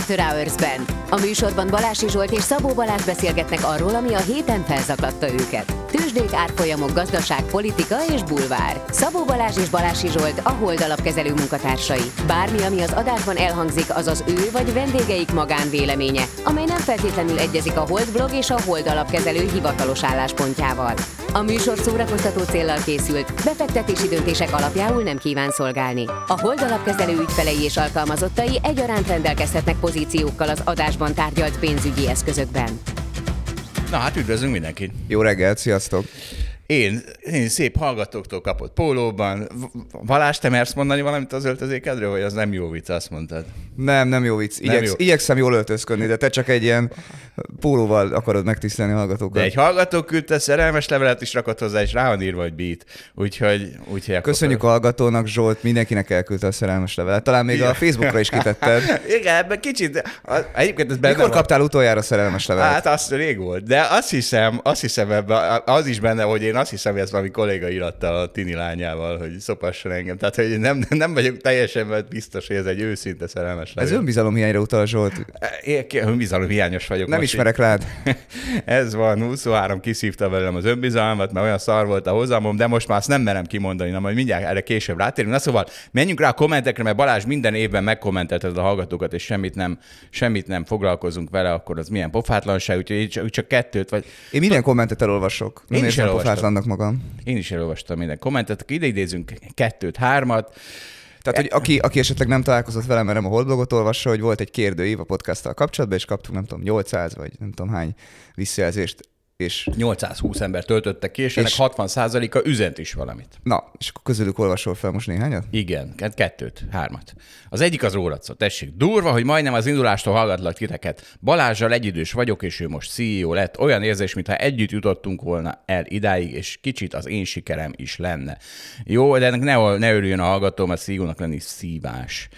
After Hours-ben. A műsorban Balási Zsolt és Szabó Balázs beszélgetnek arról, ami a héten felzakladta őket. Tőzsdék, árfolyamok, gazdaság, politika és bulvár. Szabó Balázs és Balási Zsolt a Hold alapkezelő munkatársai. Bármi, ami az adásban elhangzik, az az ő vagy vendégeik magánvéleménye, amely nem feltétlenül egyezik a Hold blog és a Hold alapkezelő hivatalos álláspontjával. A műsor szórakoztató céllal készült, befektetési döntések alapjául nem kíván szolgálni. A Hold alapkezelő ügyfelei és alkalmazottai egyaránt rendelkezhetnek pozíciókkal az adásban tárgyalt pénzügyi eszközökben. Na hát üdvözlünk mindenkit! Jó reggelt, sziasztok! Én szép hallgatóktól kapott pólóban. Balázs, te mersz mondani valamit az öltözékedről, vagy az nem jó vicc, azt mondtad? Nem jó vicc. Igyekszem jól öltözködni, de te csak egy ilyen pólóval akarod megtisztelni a hallgatókat. De egy hallgató küldte szerelmes levelet is rakott hozzá, és rá van írva, hogy beat. Úgyhogy köszönjük a hallgatónak, Zsolt, mindenkinek elküldte a szerelmes levelet. Talán még a Facebookra is kitetted. Igen, ebben kicsit. Egyébként ez mikor kaptál utoljára szerelmes levelet? Hát az rég volt, de azt hiszem ebben, az is benne, hogy én azt hiszem, hogy ezt valami kolléga íratta a tini lányával, hogy szopasson engem. Tehát, hogy nem vagyok teljesen biztos, hogy ez egy őszinte szerelmes levél. Ez önbizalomhiányra utal, Zsolt. Önbizalomhiányos vagyok. Nem ismerek rád. Ez van, 23 kiszívta velem az önbizalmat, mert olyan szar volt a hozamom, de most már azt nem merem kimondani, majd mindjárt erre később rátérünk. Na szóval menjünk rá a kommentekre, mert Balázs minden évben megkommentelted a hallgatókat, és semmit nem foglalkozunk vele, akkor az milyen pofátlanság, úgyhogy csak kettőt vagy. Én minden kommentet elolvasok. Én is pofátlannak magam. Én is elolvastam minden kommentet, ide idézünk 2-3. Tehát, hogy aki esetleg nem találkozott velem, mert nem a Hold blogot olvassa, hogy volt egy kérdőív a podcasttal kapcsolatban, és kaptunk nem tudom 800 vagy nem tudom hány visszajelzést. És 820 ember töltötte ki, és ennek 60%-a üzent is valamit. Na, és akkor közülük olvasol fel most néhányat? Igen, 2-3. Az egyik az rólad szól. Tessék, durva, hogy majdnem az indulástól hallgatlak titeket. Balázsral egyidős vagyok, és ő most CEO lett. Olyan érzés, mintha együtt jutottunk volna el idáig, és kicsit az én sikerem is lenne. Jó, de ennek ne örüljön a hallgató, mert CEO-nak lenni szívás.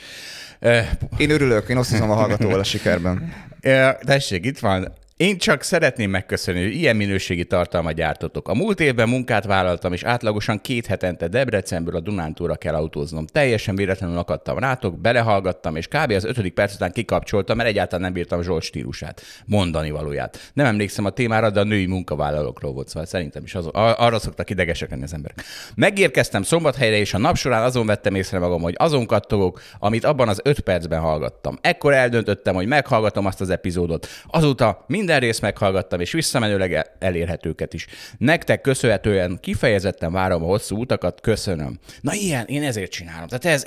Én örülök, én osztozom a hallgatóval a sikerben. Tessék, itt van. Én csak szeretném megköszönni, hogy ilyen minőségi tartalmat gyártotok. A múlt évben munkát vállaltam, és átlagosan 2 hetente Debrecenből a Dunántúlra kell autóznom. Teljesen véletlenül akadtam rátok, belehallgattam, és kb. Az 5. perc után kikapcsoltam, mert egyáltalán nem bírtam Zsolt stílusát, mondani valóját. Nem emlékszem a témára, de a női munkavállalókról volt, szóval szerintem is arra szoktak idegesek lenni az emberek. Megérkeztem Szombathelyre, és a nap során azon vettem észre magam, hogy azon kattogok, amit abban az 5 percben hallgattam. Ekkor eldöntöttem, hogy meghallgatom azt az epizódot. Azóta minden részt meghallgattam, és visszamenőleg elérhetőket is. Nektek köszönhetően kifejezetten várom a hosszú utakat, köszönöm. Na ilyen, én ezért csinálom. Tehát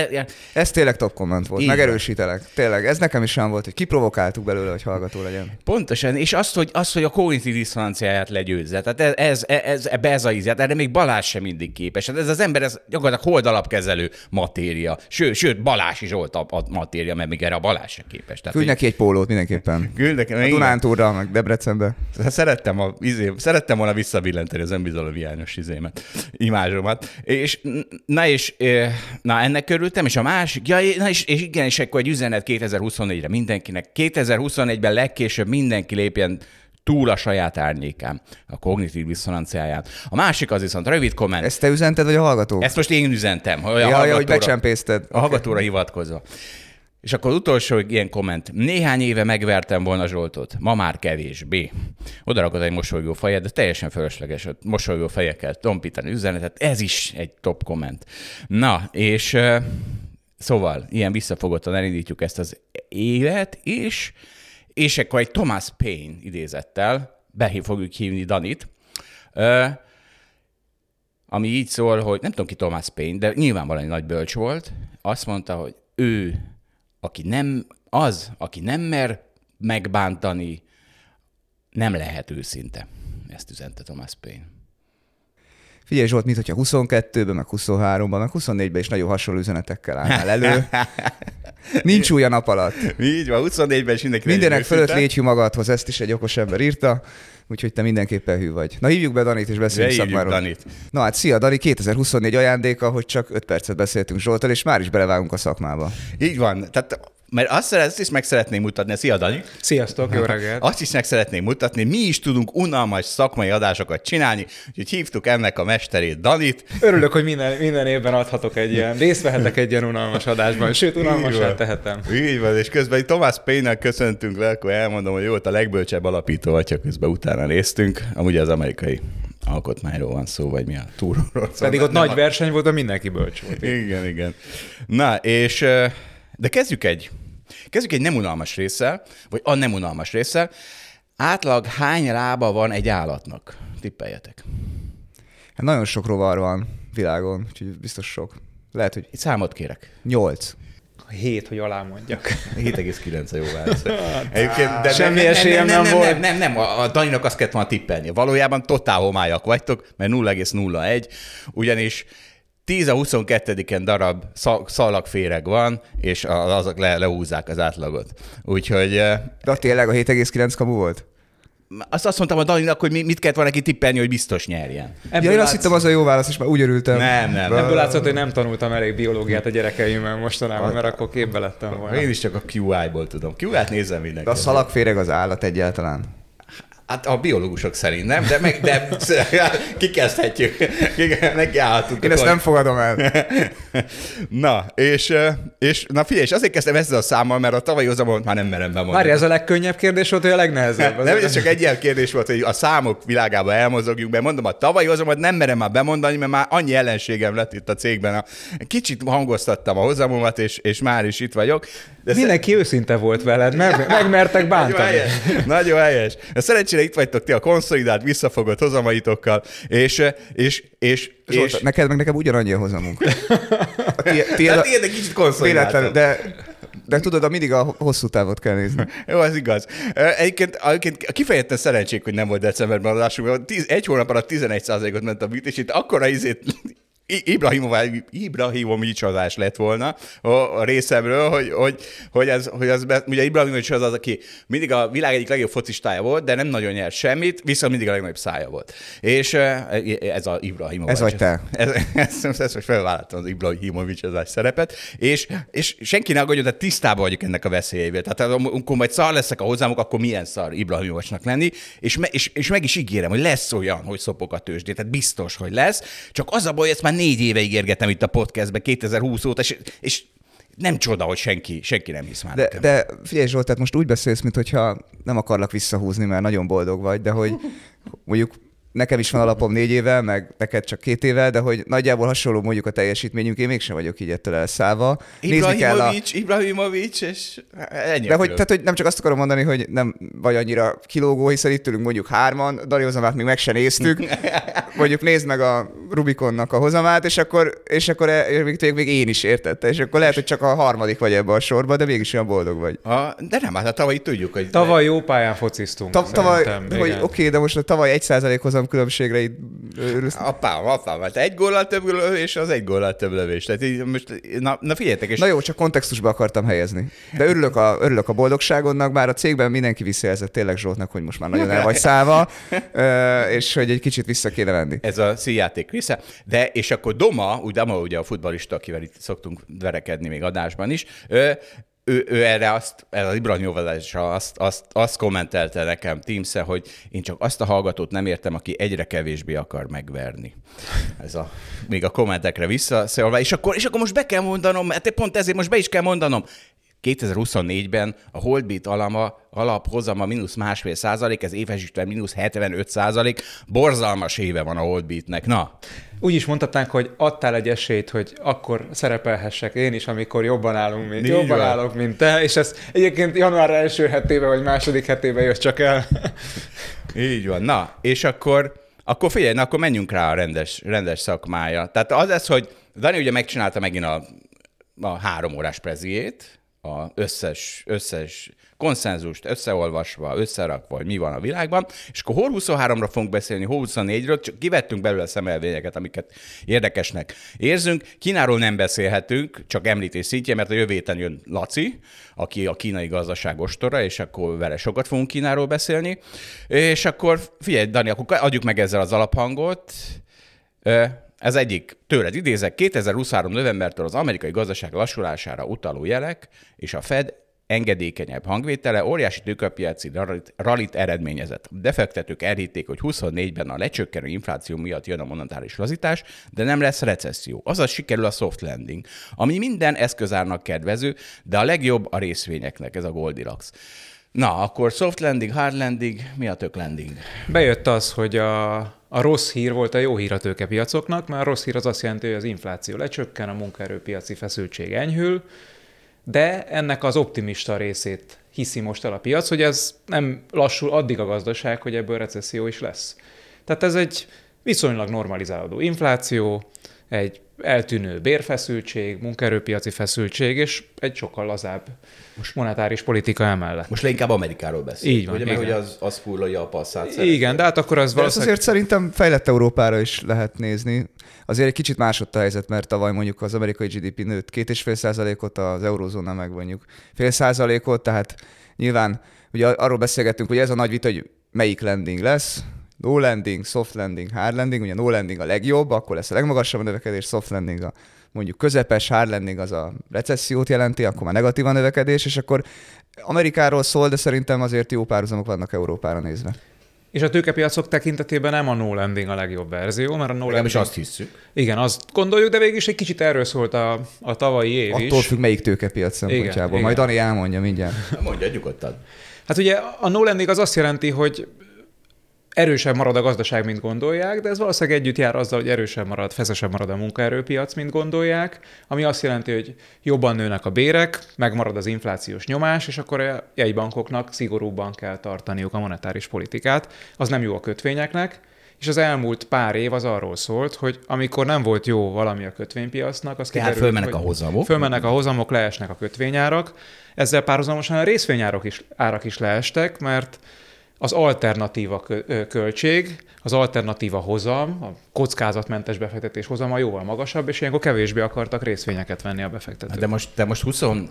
ez tényleg top komment volt, megerősítelek. Tényleg, ez nekem is olyan volt, hogy kiprovokáltuk belőle, hogy hallgató legyen. Pontosan, és azt, hogy a kognitív diszonanciáját legyőzze. Tehát ez a íz, erre még Balázs sem mindig képes. Hát ez az ember, ez gyakorlatilag Hold alapkezelő matéria. Sőt, Balázs is volt a matéria, mert még erre a Balázs sem képes. Küldj neki egy pólót mindenképpen. Dunántúlra, meg Debrecenbe. Szerettem volna visszabillenteni az önbizalomhiányos imázsomat. És ennek örültem, és a másik, és akkor egy üzenet 2024-re mindenkinek. 2021-ben legkésőbb mindenki lépjen túl a saját árnyékán, a kognitív diszonanciáján. A másik az viszont rövid komment. Ezt te üzented, vagy a hallgató? Ezt most én üzentem. Hogy becsempészted. A hallgatóra hivatkozva. És akkor utolsó ilyen komment. Néhány éve megvertem volna Zsoltot, ma már kevésbé. Oda rakod egy mosolygó fejet, de teljesen fölösleges, hogy mosolygó fejekkel tompítani üzenetet. Ez is egy top komment. Na, és szóval ilyen visszafogottan elindítjuk ezt az évet, és akkor egy Thomas Paine idézettel fogjuk hívni Danit, ami így szól, hogy nem tudom ki Thomas Paine, de nyilvánvalóan egy nagy bölcs volt. Azt mondta, hogy ő aki nem mer megbántani, nem lehet őszinte. Ezt üzente Thomas Paine. Figyelj Zsolt, mint hogyha 22-ben, meg 23-ban, meg 24-ben is nagyon hasonló üzenetekkel állnál elő. Nincs új a nap alatt. Így van, 24-ben is mindenek fölött légy hű magadhoz, ezt is egy okos ember írta, úgyhogy te mindenképpen hű vagy. Na hívjuk be Danit, és beszéljünk szakmáról. Danit. Na hát szia Dani, 2024 ajándéka, hogy csak 5 percet beszéltünk Zsolttal, és már is belevágunk a szakmába. Így van, tehát Mert azt is meg szeretném mutatni, szia Dani! Sziasztok, jó reggelt! Azt is meg szeretném mutatni, mi is tudunk unalmas szakmai adásokat csinálni, úgyhogy hívtuk ennek a mesterét, Danit. Örülök, hogy minden évben adhatok részt vehetek egy ilyen unalmas adásban, sőt, unalmasát tehetem. Így van, és közben Thomas Paine-nek köszöntünk le, akkor elmondom, hogy volt a legbölcsebb alapító atya, közben utána néztünk, amúgy az amerikai alkotmányról van szó, vagy mi a túróról. Pedig ott nagy verseny volt, de mindenki bölcs volt. Igen. Na, és... De kezdjük egy nem unalmas résszel, vagy a nem unalmas résszel. Átlag hány lába van egy állatnak? Tippeljetek. Hát nagyon sok rovar van világon, úgyhogy biztos sok. Lehet, hogy... Egy számot kérek. 8. 7, hogy alá mondjak. 7,9 a jó válasz. Egyébként, de semmi esélyem nem volt. Nem, a Daninak azt kellett volna tippelni. Valójában totál homályak vagytok, mert 0,01, ugyanis 10 a 22-en darab szalagféreg van, és azok lehúzzák az átlagot. Úgyhogy... De tényleg a 7,9 kamu volt? Azt mondtam a Daninak, hogy mit kellett volna neki tippelni, hogy biztos nyerjen. Én azt hittem, az a jó válasz, és már úgy örültem. Nem. Ebből látszott, hogy nem tanultam elég biológiát a gyerekeimmel mostanában, mert akkor képbe lettem volna. Én is csak a QI-ból tudom. QI-t nézem mindenki. De a szalagféreg az állat egyáltalán? Hát a biológusok szerint nem, de kikezdhetjük. Nekiállhatunk. Én ezt nem fogadom el. Na, és figyelj, és azért kezdtem ezzel a számmal, mert a tavalyi hozamot már nem merem bemondani. Várj, ez a legkönnyebb kérdés volt, vagy a legnehezebb? Nem, ez csak egy ilyen kérdés volt, hogy a számok világába elmozogjunk be. Mondom, a tavalyi hozamot nem merem már bemondani, mert már annyi ellenségem lett itt a cégben. Kicsit hangoztattam a hozamomat, és már is itt vagyok. De mindenki őszinte volt veled, megmertek bántani. Nagyon helyes. Szerencsére itt vagytok ti a konszolidált, visszafogott hozamaitokkal, és Zsolt, neked meg nekem ugyanannyi a hozamunk. Tiéd kicsit konszolidáltabb. De tudod, mindig a hosszú távot kell nézni. Jó, az igaz. Egyébként kifejezetten szerencsék, hogy nem volt decemberben adásunk, egy hónap alatt 11%-ot ment a bűt, és itt akkora Ibrahimovics adás lett volna a részemről, hogy az ugye Ibrahimovics az, aki mindig a világ egyik legjobb focistája volt, de nem nagyon nyert semmit, viszont mindig a legnagyobb szája volt. És ez a Ibrahimovics. Ez vagy te. Ez hogy felvállaltam az Ibrahimovics adás szerepet, és senki ne aggódjon, tehát tisztában vagyok ennek a veszélyével. Tehát amikor majd szar leszek a hozzámok, akkor milyen szar Ibrahimovicsnak lenni, és meg is ígérem, hogy lesz olyan, hogy szopok a tőzsdét, tehát biztos, hogy lesz, csak az a baj, ezt már 4 éve ígérgetem itt a podcastben, 2020 óta, és nem csoda, hogy senki nem hisz már. De figyelj Zsolt, tehát most úgy beszélsz, mintha nem akarlak visszahúzni, mert nagyon boldog vagy, de hogy mondjuk nekem is van alapom 4 éve, meg neked csak 2 éve, de hogy nagyjából hasonló mondjuk a teljesítményünk, én mégsem vagyok így ettől elszállva. Ibrahimovics, és ennyi. De hogy, tehát, hogy nem csak azt akarom mondani, hogy nem vagy annyira kilógó, hiszen itt ülünk mondjuk 3-an, Dani hozamát még meg se néztük, mondjuk nézd meg a Rubikonnak a hozamát, és akkor még én is értette, és akkor lehet, hogy csak a 3. vagy ebbe a sorba, de mégis olyan boldog vagy. De nem, hát tavaly tudjuk, hogy... Tavaly jó pályán fociztunk. Tavaly, hogy oké, de most a tavaly 1% hozam különbségre itt... Apám, hát 1 góllal több lövés, az 1 góllal több lövés. Tehát így most, na figyeljetek. És... Na jó, csak kontextusba akartam helyezni. De örülök a boldogságodnak, bár a cégben mindenki visszajelzett tényleg Zsoltnak, hogy most már nagyon el vagy szállva, és hogy egy kicsit vissza kéne venni. Ez a színjáték része. De, és akkor Doma ugye a futballista, akivel itt szoktunk verekedni még adásban is, ő erre az Ibrahimovicsra azt kommentelte nekem Teams-e, hogy én csak azt a hallgatót nem értem, aki egyre kevésbé akar megverni. Még a kommentekre visszaszólva. És akkor most be kell mondanom, hát pont ezért most be is kell mondanom, 2024-ben a Holdbeat alaphozama -1,5%, ez évesítve -75%, borzalmas éve van a Holdbeatnek. Na. Úgy is mondhatnánk, hogy adtál egy esélyt, hogy akkor szerepelhessek én is, amikor jobban állok, mint te, és ez egyébként január első hetében, vagy második hetében jött csak el. Így van. Na, és akkor figyelj, akkor menjünk rá a rendes szakmája. Tehát az lesz, hogy Dani ugye megcsinálta megint a 3 órás preziét, a összes konszenzust összeolvasva, összerakva, hogy mi van a világban, és akkor hol 23-ra fogunk beszélni, hol 24-ről, csak kivettünk belőle szemelvényeket, amiket érdekesnek érzünk. Kínáról nem beszélhetünk, csak említés szintjén, mert a jövő héten jön Laci, aki a kínai gazdaság ostora, és akkor vele sokat fogunk Kínáról beszélni. És akkor figyelj, Dani, akkor adjuk meg ezzel az alaphangot. Ez egyik, tőled idézek, 2023. novembertől az amerikai gazdaság lassulására utaló jelek és a Fed engedékenyebb hangvétele óriási tőkepiaci rallit eredményezett. A befektetők elhitték, hogy 24-ben a lecsökkenő infláció miatt jön a monetáris lazítás, de nem lesz recesszió. Azaz sikerül a soft landing, ami minden eszközárnak kedvező, de a legjobb a részvényeknek, ez a Goldilocks. Na, akkor soft landing, hard landing, mi a tök landing? Bejött az, hogy a rossz hír volt a jó hír a tőkepiacoknak, mert a rossz hír az azt jelenti, hogy az infláció lecsökken, a munkaerőpiaci feszültség enyhül, de ennek az optimista részét hiszi most el a piac, hogy ez nem lassul addig a gazdaság, hogy ebből recesszió is lesz. Tehát ez egy viszonylag normalizálódó infláció, egy eltűnő bérfeszültség, munkaerőpiaci feszültség, és egy sokkal lazább monetáris politika emellett. Most inkább Amerikáról beszél. Így van, ugye, mert hogy az furlalja a passzát. Igen, de hát akkor az de valószínűleg... azért szerintem fejlett Európára is lehet nézni. Azért egy kicsit másott a helyzet, mert tavaly mondjuk az amerikai GDP nőtt 2,5%-ot, az eurózóna meg mondjuk 0,5%-ot, tehát nyilván ugye arról beszélgettünk, hogy ez a nagy vita, hogy melyik landing lesz, no landing, soft landing, hard landing, ugye no landing a legjobb, akkor lesz a legmagasabb a növekedés, soft landing a mondjuk közepes, hard landing az a recessziót jelenti, akkor már negatív a növekedés, és akkor Amerikáról szól, de szerintem azért jó párhuzamok vannak Európára nézve. És a tőkepiacok tekintetében nem a no landing a legjobb verzió, mert a no landing... is azt hiszük. Igen, azt gondoljuk, de végül is egy kicsit erről szólt a tavalyi év is. Attól függ, melyik tőkepiac szempontjából. Igen, majd Dani elmondja mindjárt. Mondja nyugodtan. Hát ugye a no landing az azt jelenti, hogy erősebb marad a gazdaság, mint gondolják, de ez valószínűleg együtt jár azzal, hogy erősebb marad, feszesebb marad a munkaerőpiac, mint gondolják, ami azt jelenti, hogy jobban nőnek a bérek, megmarad az inflációs nyomás, és akkor a jegybankoknak szigorúbban kell tartaniuk a monetáris politikát. Az nem jó a kötvényeknek, és az elmúlt pár év az arról szólt, hogy amikor nem volt jó valami a kötvénypiacnak, az kiderült, fölmennek a hozamok. Fölmennek a hozamok, leesnek a kötvényárak. Ezzel párhuzamosan a részvényárak árak is leestek, mert az alternatíva költség, az alternatíva hozam, a kockázatmentes befektetés hozama jóval magasabb, és ilyenkor kevésbé akartak részvényeket venni a befektetők. De most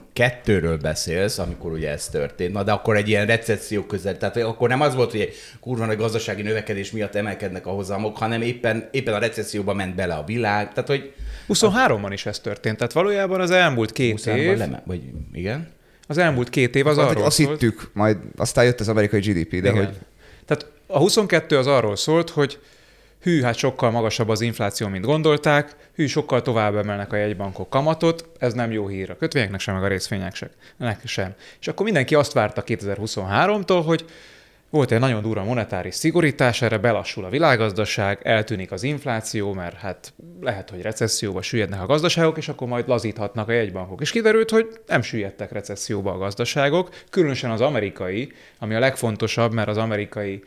22-ről beszélsz, amikor ugye ez történt, na de akkor egy ilyen recesszió közel, tehát akkor nem az volt, hogy egy kurva nagy gazdasági növekedés miatt emelkednek a hozamok, hanem éppen a recesszióba ment bele a világ, tehát hogy... 23-ban is ez történt, tehát valójában az elmúlt 2 év... Vagy igen? Az elmúlt 2 év az arról azt szólt... hittük, majd aztán jött az amerikai GDP, de hogy... Tehát a 22 az arról szólt, hogy hát sokkal magasabb az infláció, mint gondolták, sokkal tovább emelnek a jegybankok kamatot, ez nem jó hír a kötvényeknek sem, meg a részvényeknek sem. És akkor mindenki azt várta 2023-tól, hogy volt egy nagyon durva monetáris szigorítás, erre belassul a világgazdaság, eltűnik az infláció, mert hát lehet, hogy recesszióba süllyednek a gazdaságok, és akkor majd lazíthatnak a jegybankok. És kiderült, hogy nem süllyedtek recesszióba a gazdaságok, különösen az amerikai, ami a legfontosabb, mert az amerikai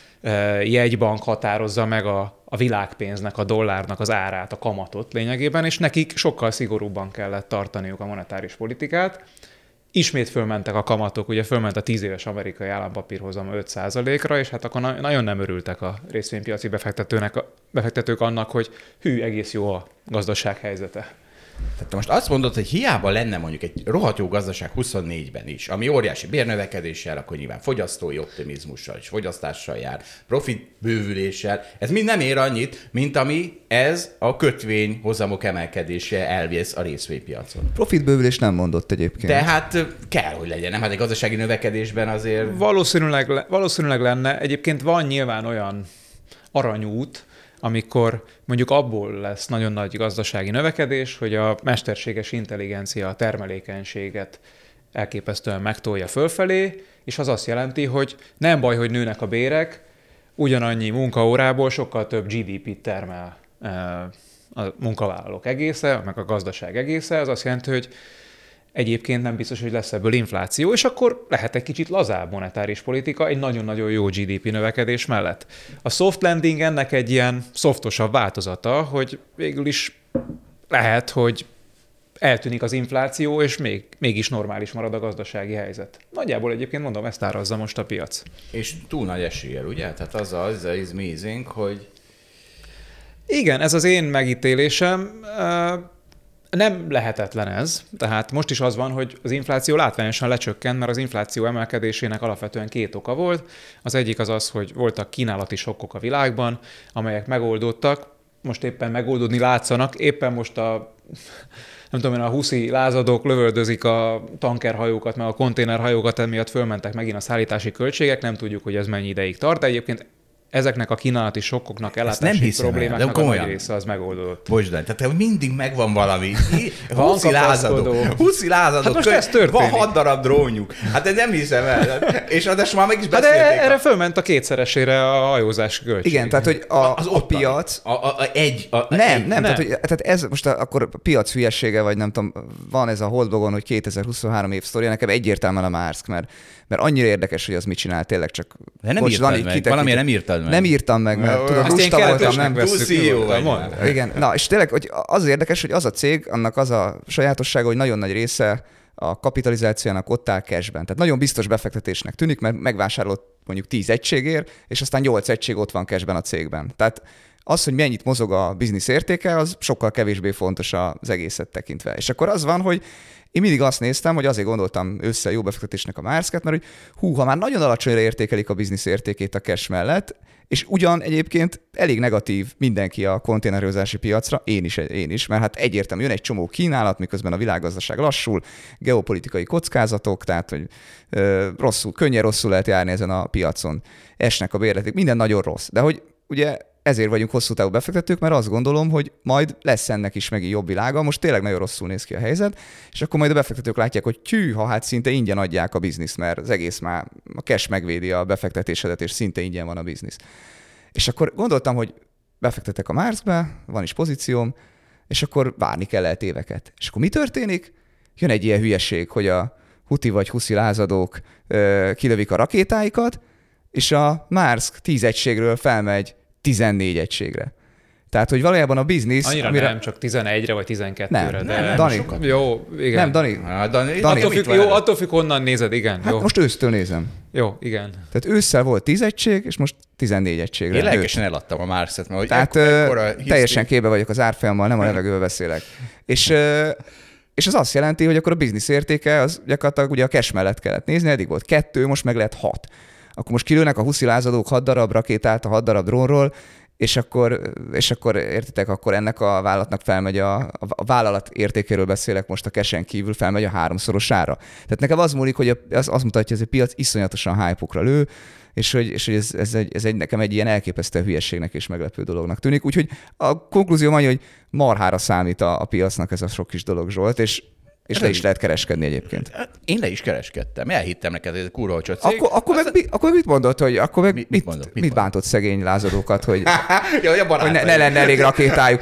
jegybank határozza meg a világpénznek, a dollárnak az árát, a kamatot lényegében, és nekik sokkal szigorúbban kellett tartaniuk a monetáris politikát. Ismét fölmentek a kamatok, ugye fölment a 10 éves amerikai állampapírhozama 5%-ra, és hát akkor nagyon nem örültek a részvénypiaci befektetők annak, hogy egész jó a gazdaság helyzete. Tehát most azt mondod, hogy hiába lenne mondjuk egy rohadt jó gazdaság 24-ben is, ami óriási bérnövekedéssel, akkor nyilván fogyasztói optimizmussal és fogyasztással jár, profit bővüléssel, ez mind nem ér annyit, mint ami ez a kötvény hozamok emelkedése elvész a részvénypiacon. Profit bővülés nem mondott egyébként. De hát kell, hogy legyen, nem? Hát egy gazdasági növekedésben azért... Valószínűleg lenne. Egyébként van nyilván olyan aranyút, amikor mondjuk abból lesz nagyon nagy gazdasági növekedés, hogy a mesterséges intelligencia a termelékenységet elképesztően megtolja fölfelé, és az azt jelenti, hogy nem baj, hogy nőnek a bérek, ugyanannyi munkaórából sokkal több GDP-t termel a munkavállalók egésze, meg a gazdaság egésze. Ez azt jelenti, hogy egyébként nem biztos, hogy lesz ebből infláció, és akkor lehet egy kicsit lazább monetáris politika egy nagyon-nagyon jó GDP növekedés mellett. A soft landing ennek egy ilyen szoftosabb változata, hogy végül is lehet, hogy eltűnik az infláció, és mégis normális marad a gazdasági helyzet. Nagyjából egyébként mondom, ezt árazza most a piac. És túl nagy eséllyel, ugye? Tehát az is amazing, hogy... Igen, ez az én megítélésem. Nem lehetetlen ez, tehát most is az van, hogy az infláció látványosan lecsökkent, mert az infláció emelkedésének alapvetően 2 oka volt. Az egyik az, hogy voltak kínálati sokkok a világban, amelyek megoldódtak, most éppen megoldódni látszanak. Éppen most nem tudom én, a huszi lázadók lövöldözik a tankerhajókat, meg a konténerhajókat, emiatt fölmentek megint a szállítási költségek, nem tudjuk, hogy ez mennyi ideig tart, de egyébként ezeknek a kínálati sokkoknak, ellátási problémáknak a nagy része az megoldódott. Bocsdán, tehát mindig megvan valami. Huszi lázadók. Hát most ez történik. Van 6 darab drónjuk. Hát ez nem hiszem el. És adásul már meg is beszélték. De erre fölment a kétszeresére a hajózás költség. Igen, tehát hogy a piac... Nem, tehát ez most akkor a piac hülyessége, vagy nem tudom, van ez a Holdblogon, hogy 2023 év sztoria, nekem egyértelműen a Maersk, mert annyira érdekes, hogy az mit csinál, tényleg csak... De nem írtad meg, valamiért nem írtad meg. Nem írtam meg, mert tudod, lusta voltam, nem veszük. Igen, na és tényleg, hogy az érdekes, hogy az a cég, annak az a sajátossága, hogy nagyon nagy része a kapitalizációjának ott áll cashben. Tehát nagyon biztos befektetésnek tűnik, mert megvásárolott mondjuk 10 egységért, és aztán 8 egység ott van cashben a cégben. Tehát az, hogy mennyit mozog a biznisz értéke, az sokkal kevésbé fontos az egészet tekintve. És akkor az van, hogy én mindig azt néztem, hogy azért gondoltam össze jó befektetésnek a Maersket, mert hogy ha már nagyon alacsonyra értékelik a biznisz értékét a cash mellett, és ugyan egyébként elég negatív mindenki a konténerhajózási piacra, én is, mert hát egyértelmű jön egy csomó kínálat, miközben a világgazdaság lassul, geopolitikai kockázatok, tehát hogy könnyen rosszul lehet járni ezen a piacon, esnek a bérletek, minden nagyon rossz. De hogy ugye ezért vagyunk hosszú távú befektetők, mert azt gondolom, hogy majd lesz ennek is megint jobb világa. Most tényleg nagyon rosszul néz ki a helyzet, és akkor majd a befektetők látják, hogy hát szinte ingyen adják a bizniszt, mert az egész már a cash megvédi a befektetésedet, és szinte ingyen van a biznisz. És akkor gondoltam, hogy befektetek a Maerskbe, van is pozícióm, és akkor várni kell lehet éveket. És akkor mi történik? Jön egy ilyen hülyeség, hogy a huti vagy huszi lázadók kilövik a rakétáikat, és a Maersk 10 egységről felmegy 14 egységre. Tehát, hogy valójában a biznisz... Annyira nem, csak 11-re vagy 12-re. Nem, Dani. Jó, igen. Nem, Dani. Attól függ, honnan nézed, igen. Hát jó. Most ősztől nézem. Jó, igen. Tehát ősszel volt 10 egység, és most 14 egységre. Én lelkesen eladtam a Maersket, mert tehát teljesen képbe vagyok az árfolyammal, nem a levegőbe beszélek. És az azt jelenti, hogy akkor a biznisz értéke az gyakorlatilag ugye a cash mellett kellett nézni, eddig volt 2, most meg lehet 6. Akkor most kilőnek a huszi lázadók 6 darab rakétát a 6 darab drónról, és akkor értitek, akkor ennek a vállalatnak felmegy a vállalat értékéről beszélek most a cashen kívül, felmegy a 3-szorosára. Tehát nekem az múlik, hogy az mutatja, hogy ez a piac iszonyatosan hype-okra lő, és hogy ez nekem egy ilyen elképesztő hülyességnek és meglepő dolognak tűnik. Úgyhogy a konklúzióm annyi, hogy marhára számít a piacnak ez a sok kis dolog, Zsolt, és le is lehet kereskedni egyébként. Én le is kereskedtem. Elhittem neked, hogy ez kurva olcsó cég. Akkor mit mondod, hogy mit bántott szegény lázadókat, hogy ne lenne elég rakétájuk?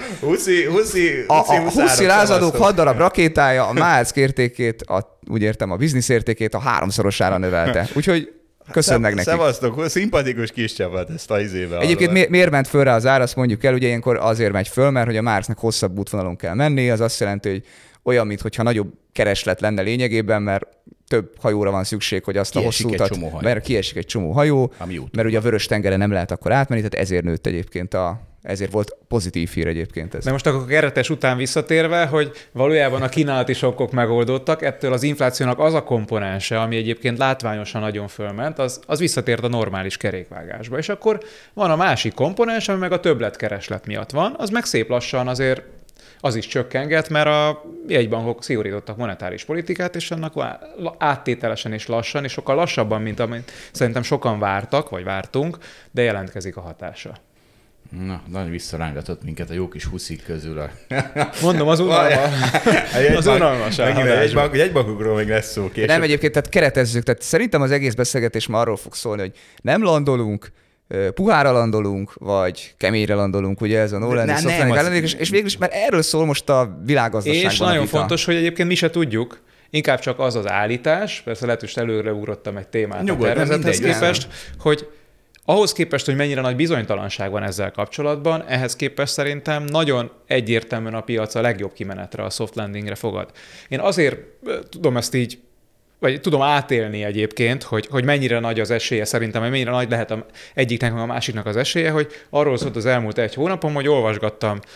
Huszi lázadók 6 darab rakétája, a Maersk értékét, úgy értem, a biznisz értékét a 3-szorosára növelte. Úgyhogy köszönnek neki. Szevasztok, szimpatikus kis csapat ezt a izébe. Egyébként miért ment föl rá az ár, azt mondjuk el, ugye ilyenkor azért megy föl, mert hogy a Maersknek hosszabb útvonalon kell menni, az azt jelenti, hogy olyan, mintha nagyobb kereslet lenne lényegében, mert több hajóra van szükség, hogy azt kiesik a hosszú utat, mert kiesik egy csomó hajó, mert ugye a Vörös-tengeren nem lehet akkor átmenni, tehát ezért nőtt egyébként ezért volt pozitív hír egyébként ez. De most akkor a keretes után visszatérve, hogy valójában a kínálati sokkok megoldottak, ettől az inflációnak az a komponense, ami egyébként látványosan nagyon fölment, az visszatért a normális kerékvágásba. És akkor van a másik komponens, ami meg a többletkereslet miatt van, az meg szép lassan azért az is csökkenget, mert a jegybankok szigorítottak monetáris politikát, és annak áttételesen és lassan, és sokkal lassabban, mint amit szerintem sokan vártak, vagy vártunk, de jelentkezik a hatása. Na, nagyon visszarángatott minket a jó kis huszik közül. Mondom, az unalmas. Jegybankokról még lesz szó később. Nem, egyébként, tehát keretezzük, tehát szerintem az egész beszélgetés már arról fog szólni, hogy nem landolunk, puhára landolunk, vagy keményre landolunk, ugye ez a no-landing, soft-landing, és végül is, mert erről szól most a világgazdaságban. És nagyon fontos, hogy egyébként mi se tudjuk, inkább csak az az állítás, persze lehet, hogy előre ugrottam egy témát a tervezethez képest, hogy ahhoz képest, hogy mennyire nagy bizonytalanság van ezzel kapcsolatban, ehhez képest szerintem nagyon egyértelműen a piac a legjobb kimenetre, a soft landingre fogad. Én azért tudom ezt így, vagy tudom átélni egyébként, hogy mennyire nagy az esélye szerintem, hogy mennyire nagy lehet egyiknek, a másiknak az esélye, hogy arról szólt az elmúlt 1 hónapom, hogy olvasgattam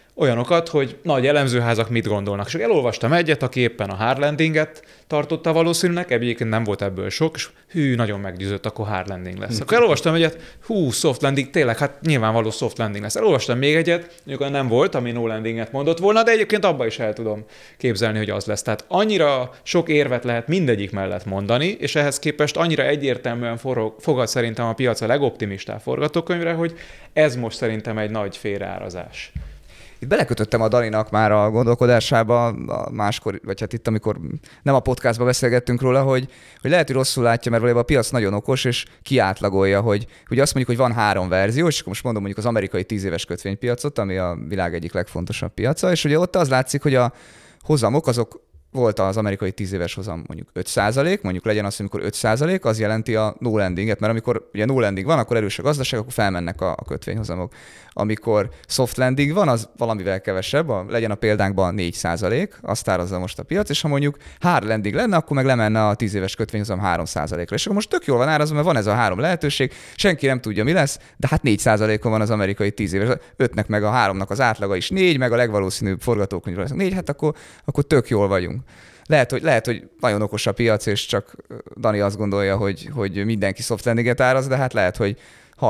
olyanokat, hogy nagy elemzőházak mit gondolnak. És elolvastam egyet, aki éppen a hard landinget tartotta valószínűleg, egyébként nem volt ebből sok, és nagyon meggyőzött, akkor hard landing lesz. Akkor elolvastam egyet, soft landing, tényleg, hát nyilvánvaló soft landing lesz. Elolvastam még egyet, mondjuk nem volt, ami no landinget mondott volna, de egyébként abba is el tudom képzelni, hogy az lesz. Tehát annyira sok érvet lehet mindegyik mellett mondani, és ehhez képest annyira egyértelműen fogad szerintem a piac a legoptimistább forgatókönyvre, hogy ez most szerintem egy nagy félreárazás. Itt belekötöttem a Daninak már a gondolkodásába, a máskor, vagy hát itt, amikor nem a podcastban beszélgettünk róla, hogy lehet, hogy rosszul látja, mert valójában a piac nagyon okos, és kiátlagolja, hogy azt mondjuk, hogy van 3 verzió, és akkor most mondom mondjuk az amerikai 10 éves kötvénypiacot, ami a világ egyik legfontosabb piaca, és ugye ott az látszik, hogy a hozamok azok volt az amerikai 10 éves hozam mondjuk 5%, mondjuk legyen az, amikor 5%, az jelenti a no landinget, mert amikor ugye no landing van, akkor erős a gazdaság, akkor felmennek a kötvényhozamok. Amikor soft landing van, az valamivel kevesebb, legyen a példánkban 4%, azt árazza most a piac, és ha mondjuk hard landing lenne, akkor meg lemenne a 10 éves kötvényhozam 3%-ra. És akkor most tök jól van árazva, mert van ez a 3 lehetőség, senki nem tudja, mi lesz, de hát 4%-on van az amerikai 10 éves. 5-nek meg a 3-nak az átlaga is 4, meg a legvalószínűbb forgatókönyvre lesz 4, hát akkor tök jól vagyunk. Lehet, hogy nagyon okos a piac, és csak Dani azt gondolja, hogy mindenki soft landinget áraz, de hát lehet, hogy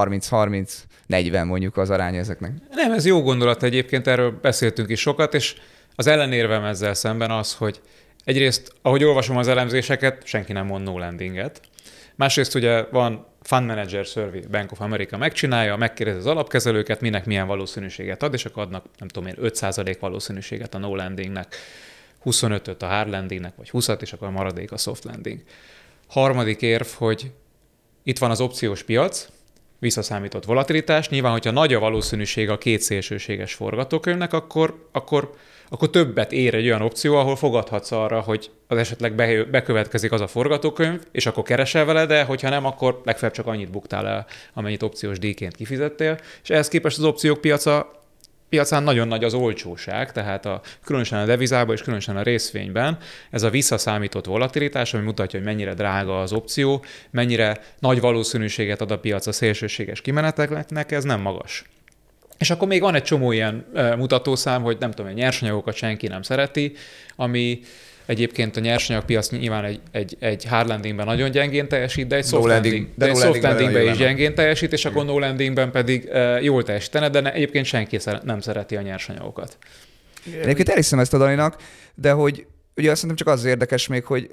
30-40 mondjuk az arány ezeknek. Nem, ez jó gondolat egyébként, erről beszéltünk is sokat, és az ellenérvem ezzel szemben az, hogy egyrészt, ahogy olvasom az elemzéseket, senki nem mond no landinget. Másrészt ugye van Fund Manager Survey, Bank of America megcsinálja, megkérdezi az alapkezelőket, minek milyen valószínűséget ad, és akkor adnak, nem tudom én, 5% valószínűséget a no landingnek, 25-öt a hard landingnek, vagy 20-at, és akkor a maradék a soft landing. Harmadik érv, hogy itt van az opciós piac, visszaszámított volatilitás. Nyilván, hogyha nagy a valószínűség a két szélsőséges forgatókönyvnek, akkor többet ér egy olyan opció, ahol fogadhatsz arra, hogy az esetleg bekövetkezik az a forgatókönyv, és akkor keresel vele, de hogyha nem, akkor legfeljebb csak annyit buktál el, amennyit opciós díjként kifizettél. És ehhez képest az opciók piacán nagyon nagy az olcsóság, tehát különösen a devizában és különösen a részvényben ez a visszaszámított volatilitás, ami mutatja, hogy mennyire drága az opció, mennyire nagy valószínűséget ad a piac a szélsőséges kimeneteknek, ez nem magas. És akkor még van egy csomó ilyen mutatószám, hogy nem tudom, a nyersanyagokat senki nem szereti, ami egyébként a nyersanyagpiac nyilván egy hard landingben nagyon gyengén teljesít, de egy soft landingben is gyengén teljesít, és akkor no landingben pedig jól teljesítene, de egyébként senki nem szereti a nyersanyagokat. Egyébként elhiszem ezt a Daninak, de hogy ugye azt mondom, csak az érdekes még, hogy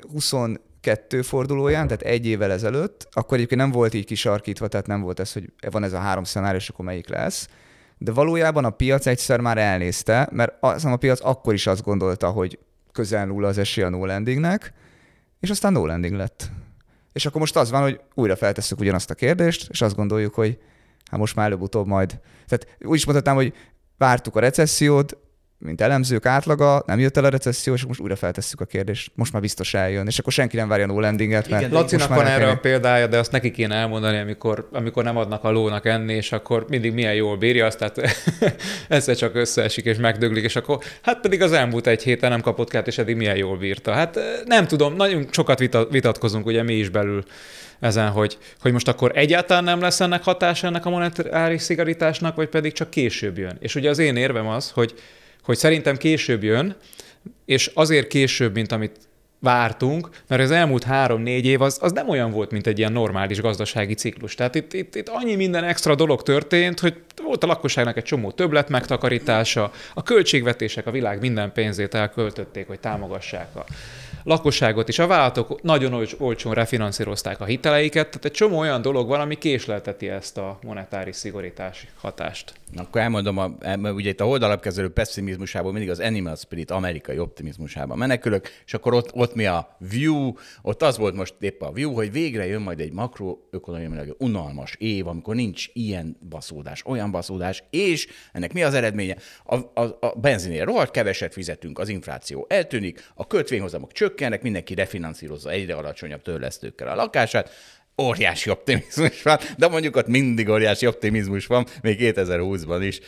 22 fordulóján, tehát egy évvel ezelőtt, akkor egyébként nem volt így kisarkítva, tehát nem volt ez, hogy van ez a 3 szenárió, és akkor melyik lesz. De valójában a piac egyszer már elnézte, mert a piac akkor is azt gondolta, hogy közel nulla az esély a no landingnek, és aztán no landing lett. És akkor most az van, hogy újra feltesszük ugyanazt a kérdést, és azt gondoljuk, hogy hát most már előbb-utóbb majd. Tehát úgy is mondhatnám, hogy vártuk a recessziót, mint elemzők átlaga, nem jött el a recesszió, és most újra feltesszük a kérdést. Most már biztos eljön, és akkor senki nem várja a no landinget. Igen, Lacinak van erre a példája, de azt neki kéne elmondani, amikor nem adnak a lónak enni, és akkor mindig milyen jól bírja azt, tehát egyszer csak összeesik és megdöglik, és akkor hát pedig az elmúlt egy héten nem kapott kát, és eddig milyen jól bírta. Hát nem tudom, nagyon sokat vitatkozunk ugye mi is belül ezen, hogy most akkor egyáltalán nem lesz ennek hatása ennek a monetáris szigorításnak, vagy pedig csak később jön. És ugye az én érvem az, hogy szerintem később jön, és azért később, mint amit vártunk, mert az elmúlt 3-4 év az nem olyan volt, mint egy ilyen normális gazdasági ciklus. Tehát itt annyi minden extra dolog történt, hogy volt a lakosságnak egy csomó többlet megtakarítása, a költségvetések a világ minden pénzét elköltötték, hogy támogassák a lakosságot, és a vállalatok nagyon olcsón refinanszírozták a hiteleiket, tehát egy csomó olyan dolog van, ami késlelteti ezt a monetáris szigorítási hatást. Akkor elmondom, ugye itt a holdalapkezelő pessimizmusából mindig az animal spirit amerikai optimizmusába menekülök, és akkor ott mi a view, ott az volt most épp a view, hogy végre jön majd egy makroökonomiailag unalmas év, amikor nincs ilyen baszódás, olyan baszódás, és ennek mi az eredménye? A benzinért rohadt keveset fizetünk, az infláció eltűnik, a kötvényhozamok csökkennek, mindenki refinanszírozza egyre alacsonyabb törlesztőkkel a lakását, óriási optimizmus van, de mondjuk ott mindig óriási optimizmus van, még 2020-ban is.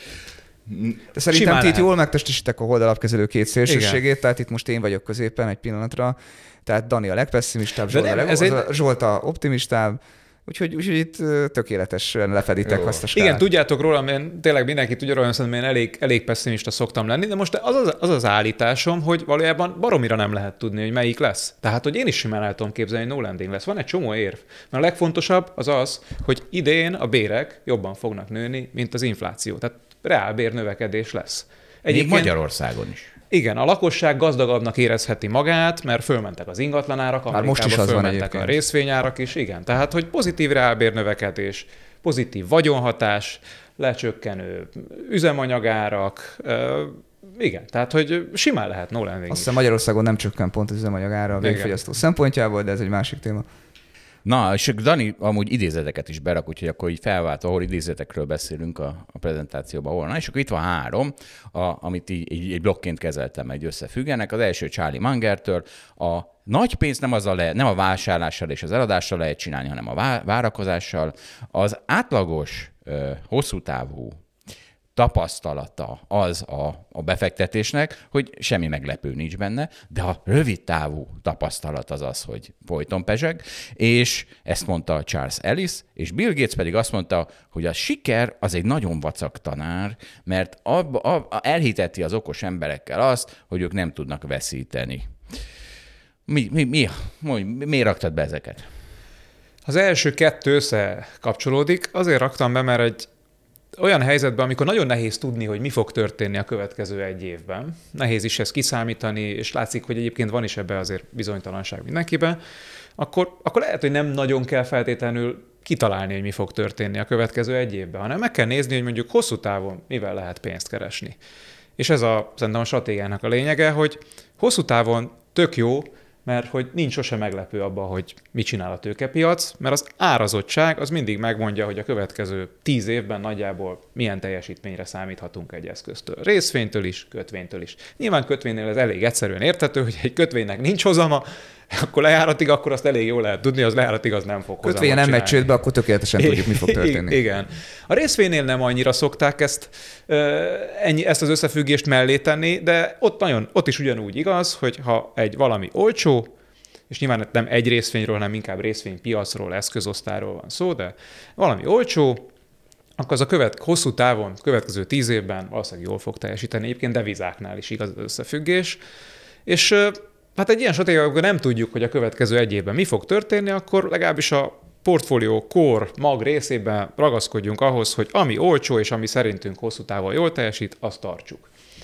De szerintem ti itt jól megtestesítek a holdalapkezelő két szélsőségét, tehát itt most én vagyok középen egy pillanatra, tehát Dani a legpesszimistább, Zsolt a optimistább, Úgyhogy itt tökéletesen lefeditek azt a skálát. Igen, tudjátok rólam, én tényleg mindenki tudja rólam, szerintem én elég pessimista szoktam lenni, de most az állításom, hogy valójában baromira nem lehet tudni, hogy melyik lesz. Tehát, hogy én is simán el tudom képzelni, hogy no landing lesz. Van egy csomó érv. Mert a legfontosabb az, hogy idén a bérek jobban fognak nőni, mint az infláció. Tehát reálbér növekedés lesz. Még Magyarországon is. Igen, a lakosság gazdagabbnak érezheti magát, mert fölmentek az ingatlanárak, Amerikában fölmentek a részvényárak is, igen. Tehát, hogy pozitív reálbérnövekedés, pozitív vagyonhatás, lecsökkenő üzemanyagárak, igen, tehát, hogy simán lehet no landing. Azt hiszem Magyarországon nem csökken pont az üzemanyagára a végfogyasztó szempontjából, de ez egy másik téma. Na, és Dani amúgy idézeteket is berak, úgyhogy akkor így felvált, ahol idézetekről beszélünk a prezentációban, ahol. Na, és akkor itt van 3, amit így egy blokként kezeltem, egy összefüggenek. Az első Charlie Mungertől. A nagy pénzt nem a vásárlással és az eladással lehet csinálni, hanem a várakozással. Az átlagos, hosszú távú tapasztalata az a befektetésnek, hogy semmi meglepő nincs benne, de a rövid távú tapasztalat az, hogy folyton pezseg, és ezt mondta Charles Ellis, és Bill Gates pedig azt mondta, hogy a siker az egy nagyon vacak tanár, mert elhiteti az okos emberekkel azt, hogy ők nem tudnak veszíteni. Miért raktad be ezeket? Az első 2 összekapcsolódik. Azért raktam be, mert egy olyan helyzetben, amikor nagyon nehéz tudni, hogy mi fog történni a következő 1 évben, nehéz is ezt kiszámítani, és látszik, hogy egyébként van is ebbe azért bizonytalanság mindenkiben, akkor lehet, hogy nem nagyon kell feltétlenül kitalálni, hogy mi fog történni a következő 1 évben, hanem meg kell nézni, hogy mondjuk hosszú távon mivel lehet pénzt keresni. És ez szerintem a stratégiának a lényege, hogy hosszú távon tök jó, mert hogy nincs sose meglepő abban, hogy mit csinál a tőkepiac, mert az árazottság az mindig megmondja, hogy a következő 10 évben nagyjából milyen teljesítményre számíthatunk egy eszköztől. Részvénytől is, kötvénytől is. Nyilván kötvénynél ez elég egyszerűen érthető, hogy egy kötvénynek nincs hozama, akkor lejáratig, akkor azt elég jól lehet tudni, az lejáratig az nem fog hozamot csinálni. Kötvényen nem megy csődbe, akkor tökéletesen tudjuk, mi fog történni. Igen. A részvénynél nem annyira szokták ezt az összefüggést mellé tenni, de ott is ugyanúgy igaz, hogy ha valami olcsó, és nyilván nem egy részvényről, hanem inkább részvénypiacról, eszközosztályról van szó, de valami olcsó, akkor az hosszú távon, következő 10 évben valószínűleg jól fog teljesíteni. Egyébként devizáknál is igaz az összefüggés. És hát egy ilyen stratégia, amikor nem tudjuk, hogy a következő 1 évben mi fog történni, akkor legalábbis a portfólió core mag részében ragaszkodjunk ahhoz, hogy ami olcsó és ami szerintünk hosszú távon jól teljesít, azt tartsuk.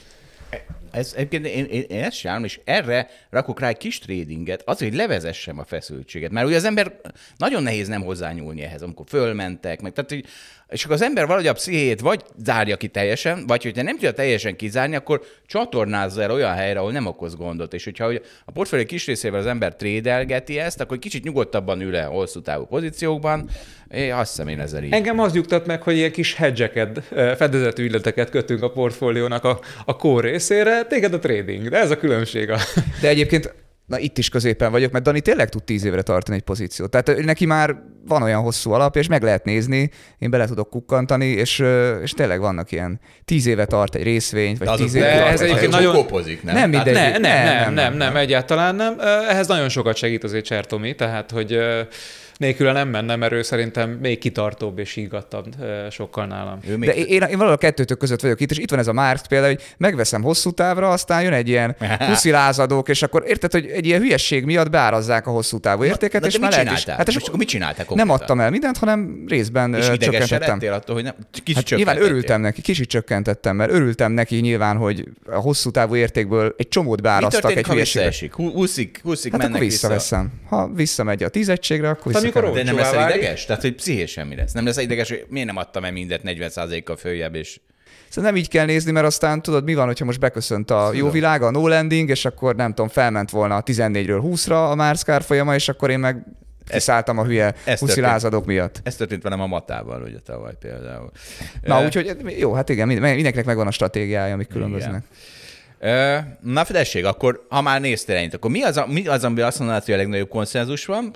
Egyébként én ezt csinálom, és erre rakok rá egy kis tradinget, azért, hogy levezessem a feszültséget. Mert ugye az ember nagyon nehéz nem hozzányúlni ehhez, amikor fölmentek, és akkor az ember valahogy a pszichéjét vagy zárja ki teljesen, vagy hogyha nem tudja teljesen kizárni, akkor csatornázza el olyan helyre, ahol nem okoz gondot. És hogyha a portfólió kis részével az ember trédelgeti ezt, akkor kicsit nyugodtabban ül el hosszú távú pozíciókban. Azt hiszem én ezzel így. Engem az nyugtat meg, hogy ilyen kis hedgeket, fedezetű ügyleteket kötünk a portfóliónak a core részére, téged a trading, de ez a különbség. De egyébként itt is középen vagyok, mert Dani tényleg tud 10 évre tartani egy pozíciót. Tehát neki már van olyan hosszú alap, és meg lehet nézni, én bele tudok kukkantani, és tényleg vannak ilyen 10 éve tart egy részvényt, vagy 10 éve tart. Ez egyébként nagyon kopozik, nem? Nem mindegy. Nem, egyáltalán nem. Ehhez nagyon sokat segít azért Csertomi, tehát hogy nélküle nem menne, mert ő szerintem még kitartóbb és higgadtabb sokkal nálam. De én valahol a kettőtök között vagyok itt, és itt van ez a Marx például, hogy megveszem hosszú távra, aztán jön egy ilyen huszilázadók, és akkor érted, hogy egy ilyen hülyesség miatt beárazzák a hosszú távú értéket, és már lehet is. Hát és akkor mit csináltál konkrétan? Nem adtam el mindent, hanem részben csökkentettem. És idegesen attól, hogy nem? Nyilván örültem neki, kicsit csökkentettem, mert örültem neki nyilván, hogy a hosszú távú értékből egy csomót beáraztak egy hülyeségbe. Húszik hát mennek akkor visszaveszem. Ha visszamegy a 10 egységre, akkor de nem lesz ideges? Tehát, hogy pszichésen mi lesz? Nem lesz ideges, hogy miért nem adtam el mindent 40%-kal följebb, és... Szóval nem így kell nézni, mert aztán tudod, mi van, hogyha most beköszönt a jó világ, a no landing, és akkor nem tudom, felment volna a 14-ről 20-ra a Mars árfolyama, és akkor én meg kiszálltam a hülye huszilázadók miatt. Ez történt velem a matával, ugye tavaly például. Na, úgyhogy jó, hát igen, mindenkinek megvan a stratégiája, amik különböznek. Na fedesség, akkor ha már néztél ennyit, akkor mi az, amiben azt mondanád, hogy a legnagyobb konszenzus van?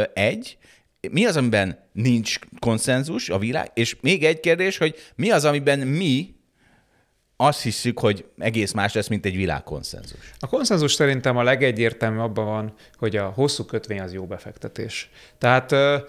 Mi az, amiben nincs konszenzus a világ? És még egy kérdés, hogy mi az, amiben mi azt hiszük, hogy egész más lesz, mint egy világkonszenzus? A konszenzus szerintem a legegyértelműbb abban van, hogy a hosszú kötvény az jó befektetés. Tehát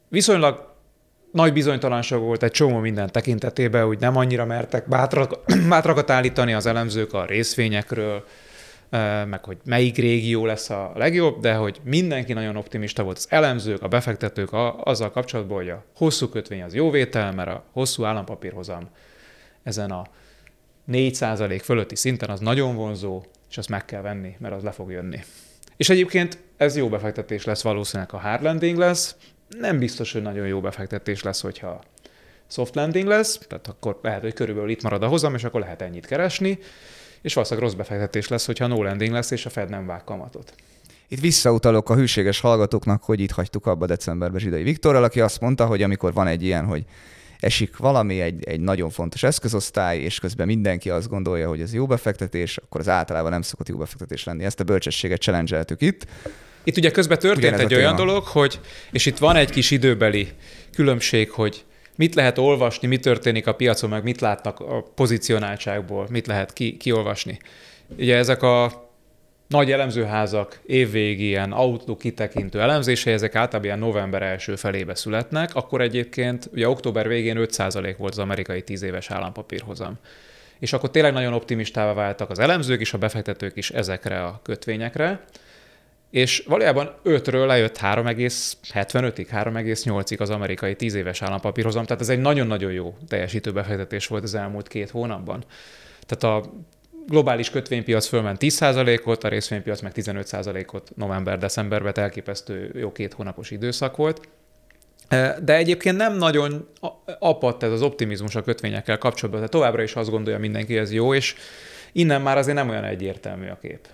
viszonylag nagy bizonytalanság volt egy csomó minden tekintetében, úgy nem annyira mertek bátrakat állítani az elemzők a részvényekről, meg hogy melyik régió lesz a legjobb, de hogy mindenki nagyon optimista volt, az elemzők, a befektetők azzal kapcsolatban, hogy a hosszú kötvény az jó vétel, mert a hosszú állampapírhozam ezen a 4% fölötti szinten az nagyon vonzó, és azt meg kell venni, mert az le fog jönni. És egyébként ez jó befektetés lesz, valószínűleg a hard landing lesz, nem biztos, hogy nagyon jó befektetés lesz, hogyha soft landing lesz, tehát akkor lehet, hogy körülbelül itt marad a hozam, és akkor lehet ennyit keresni, és valószínűleg rossz befektetés lesz, hogyha no landing lesz, és a Fed nem vág kamatot. Itt visszautalok a hűséges hallgatóknak, hogy itt hagytuk abba decemberben Zsidai Viktorral, aki azt mondta, hogy amikor van egy ilyen, hogy esik valami, egy nagyon fontos eszközosztály, és közben mindenki azt gondolja, hogy ez jó befektetés, akkor az általában nem szokott jó befektetés lenni. Ezt a bölcsességet challenge-eltük itt. Itt ugye közben történt egy olyan dolog, hogy, és itt van egy kis időbeli különbség, hogy mit lehet olvasni, mi történik a piacon, meg mit látnak a pozicionáltságból, mit lehet kiolvasni. Ugye ezek a nagy elemzőházak évvégi ilyen outlook kitekintő elemzései, ezek általában ilyen november első felébe születnek, akkor egyébként ugye október végén 5% volt az amerikai 10 éves állampapírhozam. És akkor tényleg nagyon optimistává váltak az elemzők is, a befektetők is ezekre a kötvényekre, és valójában 5-ről lejött 3,75-ig, 3,8-ig az amerikai 10 éves állampapírhozam, tehát ez egy nagyon-nagyon jó teljesítő befektetés volt az elmúlt 2 hónapban. Tehát a globális kötvénypiac fölment 10%-ot, a részvénypiac meg 15%-ot november-decemberben, elképesztő jó 2 hónapos időszak volt. De egyébként nem nagyon apadt ez az optimizmus a kötvényekkel kapcsolatban, tehát továbbra is azt gondolja mindenki, hogy ez jó, és innen már azért nem olyan egyértelmű a kép.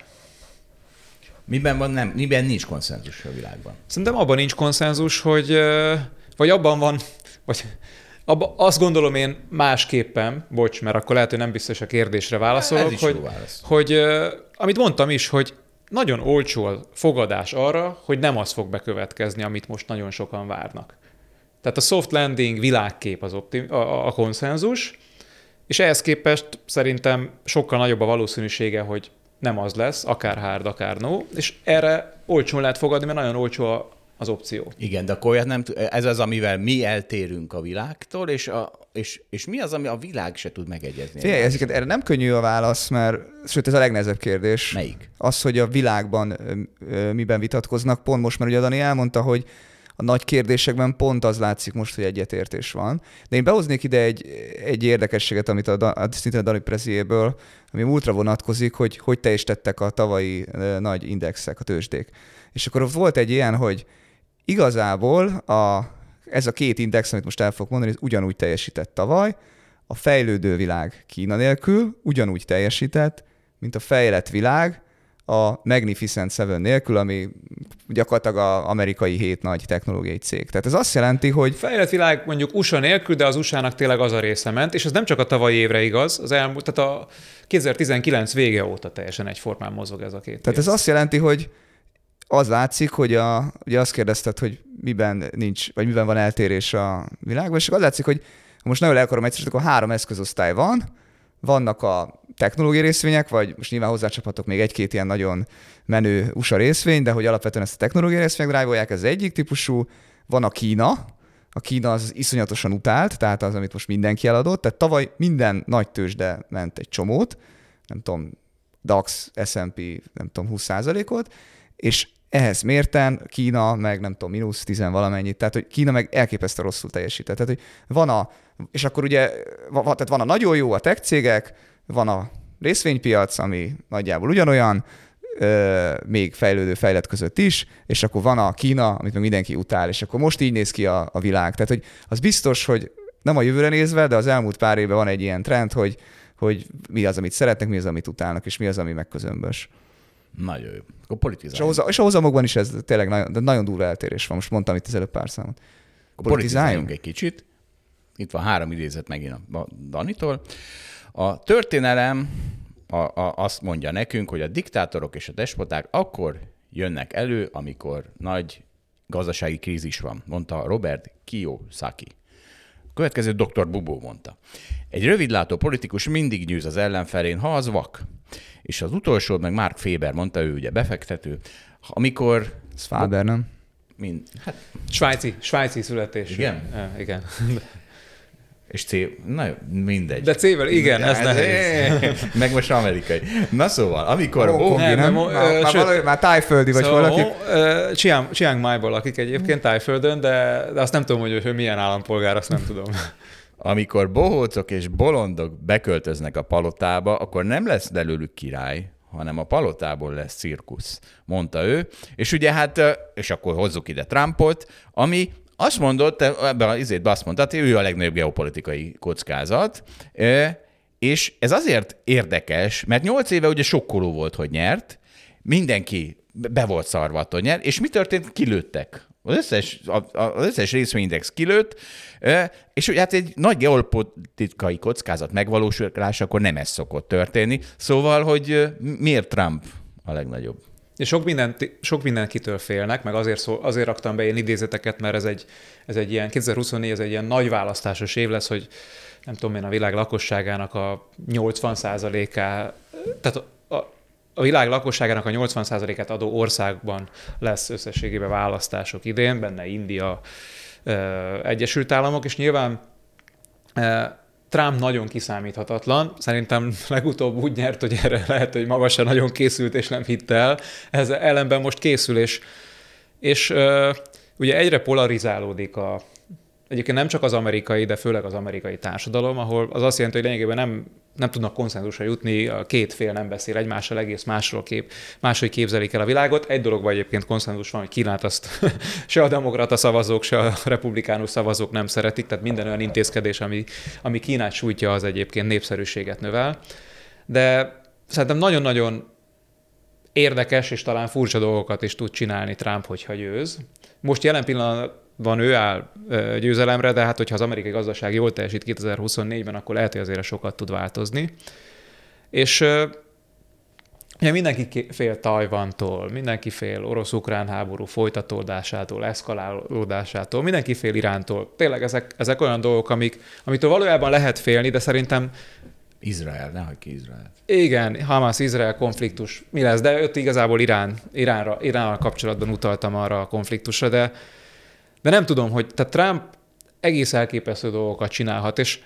Miben nincs konszenzus a világban? Szerintem abban nincs konszenzus, hogy vagy abban van, vagy azt gondolom én másképpen, bocs, mert akkor lehet, hogy nem biztos a kérdésre válaszolok, hogy amit mondtam is, hogy nagyon olcsó a fogadás arra, hogy nem az fog bekövetkezni, amit most nagyon sokan várnak. Tehát a soft landing világkép az a konszenzus, és ehhez képest szerintem sokkal nagyobb a valószínűsége, hogy nem az lesz, akár hard, akár no, és erre olcsón lehet fogadni, mert nagyon olcsó az opció. Igen, de akkor ez az, amivel mi eltérünk a világtól, és mi az, ami a világ se tud megegyezni? Figyelj, ezeket erre nem könnyű a válasz, mert sőt, ez a legnehezebb kérdés. Melyik? Az, hogy a világban miben vitatkoznak, pont most, mert ugye Dani elmondta, hogy a nagy kérdésekben pont az látszik most, hogy egyetértés van. De én behoznék ide egy érdekességet, amit a Dani Preziéből, ami múltra vonatkozik, hogy teljesítettek a tavalyi nagy indexek, a tőzsdék. És akkor volt egy ilyen, hogy igazából ez a 2 index, amit most el fogok mondani, ez ugyanúgy teljesített tavaly, a fejlődő világ Kína nélkül ugyanúgy teljesített, mint a fejlett világ a Magnificent Seven nélkül, ami gyakorlatilag az amerikai 7 nagy technológiai cég. Tehát ez azt jelenti, hogy... Fejlett világ mondjuk USA nélkül, de az USA-nak tényleg az a része ment, és ez nem csak a tavalyi évre igaz, az elmúlt, tehát a 2019 vége óta teljesen egyformán mozog ez a 2 Tehát ez azt jelenti, hogy az látszik, hogy ugye azt kérdezted, hogy miben nincs, vagy miben van eltérés a világban, és az látszik, hogy most nagyon le akarom egyszerűen, akkor 3 eszközosztály van, vannak a technológiai részvények, vagy most nyilván hozzácsaphatok még 1-2 ilyen nagyon menő USA részvény, de hogy alapvetően ezt a technológiai részvények drive-olják, ez egyik típusú, van a Kína az iszonyatosan utált, tehát az, amit most mindenki eladott, tehát tavaly minden nagy tőzsde ment egy csomót, nem tudom, DAX, S&P, nem tudom, 20%-ot, és ehhez mérten Kína meg nem tudom, mínusz 10 valamennyit, tehát hogy Kína meg elképesztő rosszul teljesített. Tehát, hogy és akkor ugye tehát van a nagyon jó a tech cégek, van a részvénypiac, ami nagyjából ugyanolyan, még fejlett között is, és akkor van a Kína, amit meg mindenki utál, és akkor most így néz ki a világ. Tehát, hogy az biztos, hogy nem a jövőre nézve, de az elmúlt pár évben van egy ilyen trend, hogy mi az, amit szeretnek, mi az, amit utálnak, és mi az, ami megközömbös. Nagyon jó. Akkor politizáljunk. És a hozamokban is ez tényleg nagyon durva eltérés van. Most mondtam itt az előbb pár számot. Politizáljunk egy kicsit. Itt van 3 idézet megint a Danitól. A történelem azt mondja nekünk, hogy a diktátorok és a despoták akkor jönnek elő, amikor nagy gazdasági krízis van, mondta Robert Kiyosaki. A következő Dr. Bubó mondta. Egy rövidlátó politikus mindig győz az ellenfelén, ha az vak. És az utolsó, meg Mark Faber mondta, ő ugye befektető, amikor... Ez Faber, nem? Hát, Svájci születés. Igen? Igen. és na jó, mindegy. De C-vel, igen, ez nehéz. Meg most amerikai. Na szóval, amikor... Már tájföldi vagy valaki. Chiang Mai-ból lakik egyébként Tájföldön, de azt nem tudom, hogy milyen állampolgár, azt nem tudom. Amikor bohócok és bolondok beköltöznek a palotába, akkor nem lesz belőlük király, hanem a palotából lesz cirkusz, mondta ő. És ugye hát, és akkor hozzuk ide Trumpot, ami azt mondott, ebben az izétben azt mondta, hogy ő a legnagyobb geopolitikai kockázat, és ez azért érdekes, mert 8 éve ugye sokkoló volt, hogy nyert, mindenki be volt szarva attól, hogy nyert, és mi történt? Kilőttek. Az összes részvényindex kilőtt, és ugye hát egy nagy geopolitikai kockázat megvalósulása, akkor nem ez szokott történni. Szóval, hogy miért Trump a legnagyobb? És sok mindenkitől félnek, meg azért raktam be ilyen idézeteket, mert ez egy ilyen 2024, ez egy ilyen nagy választásos év lesz, hogy nem tudom én, a világ lakosságának a 80%-á, tehát a világ lakosságának a 80%-át adó országban lesz összességében választások idén, benne India, Egyesült Államok, és nyilván Trump nagyon kiszámíthatatlan. Szerintem legutóbb úgy nyert, hogy erre lehet, hogy maga sem nagyon készült, és nem hitte el. Ez ellenben most készül, és ugye egyre polarizálódik egyébként nem csak az amerikai, de főleg az amerikai társadalom, ahol az azt jelenti, hogy lényegében nem tudnak konszenzusra jutni, a két fél nem beszél egymással, egész máshogy képzelik el a világot. Egy dologban egyébként konszenzus van, hogy Kínát azt se a demokrata szavazók, se a republikánus szavazók nem szeretik, tehát minden olyan intézkedés, ami Kínát sújtja, az egyébként népszerűséget növel. De szerintem nagyon-nagyon érdekes és talán furcsa dolgokat is tud csinálni Trump, hogyha győz. Most jelen pillanatban ő áll győzelemre, de hát hogyha az amerikai gazdaság jól teljesít 2024-ben, akkor lehet, hogy azért sokat tud változni. És ugye mindenki fél Tajvantól, mindenki fél orosz-ukrán háború folytatódásától, eszkalálódásától, mindenki fél Irántól. Tényleg ezek olyan dolgok, amitől valójában lehet félni, de szerintem Izrael, ne hagyj ki Izrael. Igen, Hamas-Izrael konfliktus. Mi lesz? De ott igazából Iránnal kapcsolatban utaltam arra a konfliktusra, de nem tudom, hogy tehát Trump egész elképesztő dolgokat csinálhat, és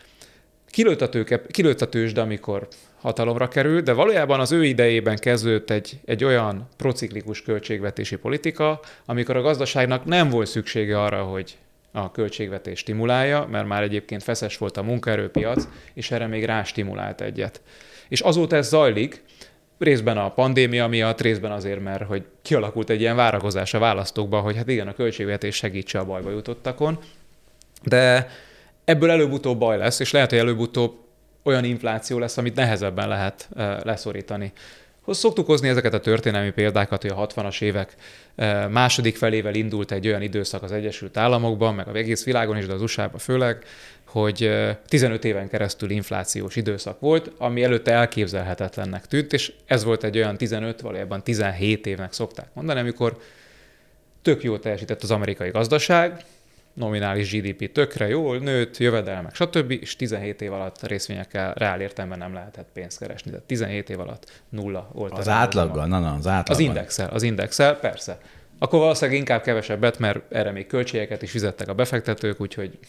kilőtt a tőzsde, amikor hatalomra kerül, de valójában az ő idejében kezdődött egy olyan prociklikus költségvetési politika, amikor a gazdaságnak nem volt szüksége arra, hogy a költségvetés stimulálja, mert már egyébként feszes volt a munkaerőpiac, és erre még rástimulált egyet. És azóta ez zajlik, részben a pandémia miatt, részben azért, mert hogy kialakult egy ilyen várakozás a választókban, hogy hát igen, a költségvetés segítse a bajba jutottakon, de ebből előbb-utóbb baj lesz, és lehet, hogy előbb-utóbb olyan infláció lesz, amit nehezebben lehet leszorítani. Szoktuk hozni ezeket a történelmi példákat, hogy a 60-as évek második felével indult egy olyan időszak az Egyesült Államokban, meg az egész világon is, de az USA-ban főleg, hogy 15 éven keresztül inflációs időszak volt, ami előtte elképzelhetetlennek tűnt, és ez volt egy olyan 15, valójában 17 évnek szokták mondani, amikor tök jól teljesített az amerikai gazdaság, nominális GDP tökre jól nőtt, jövedelmek, stb. És 17 év alatt a részvényekkel reál értelemben nem lehetett pénzt keresni. Tehát 17 év alatt nulla volt. Az átlaggal, az átlaggal. Az indexel, persze. Akkor valószínűleg inkább kevesebbet, mert erre még költségeket is fizettek a befektetők, úgyhogy...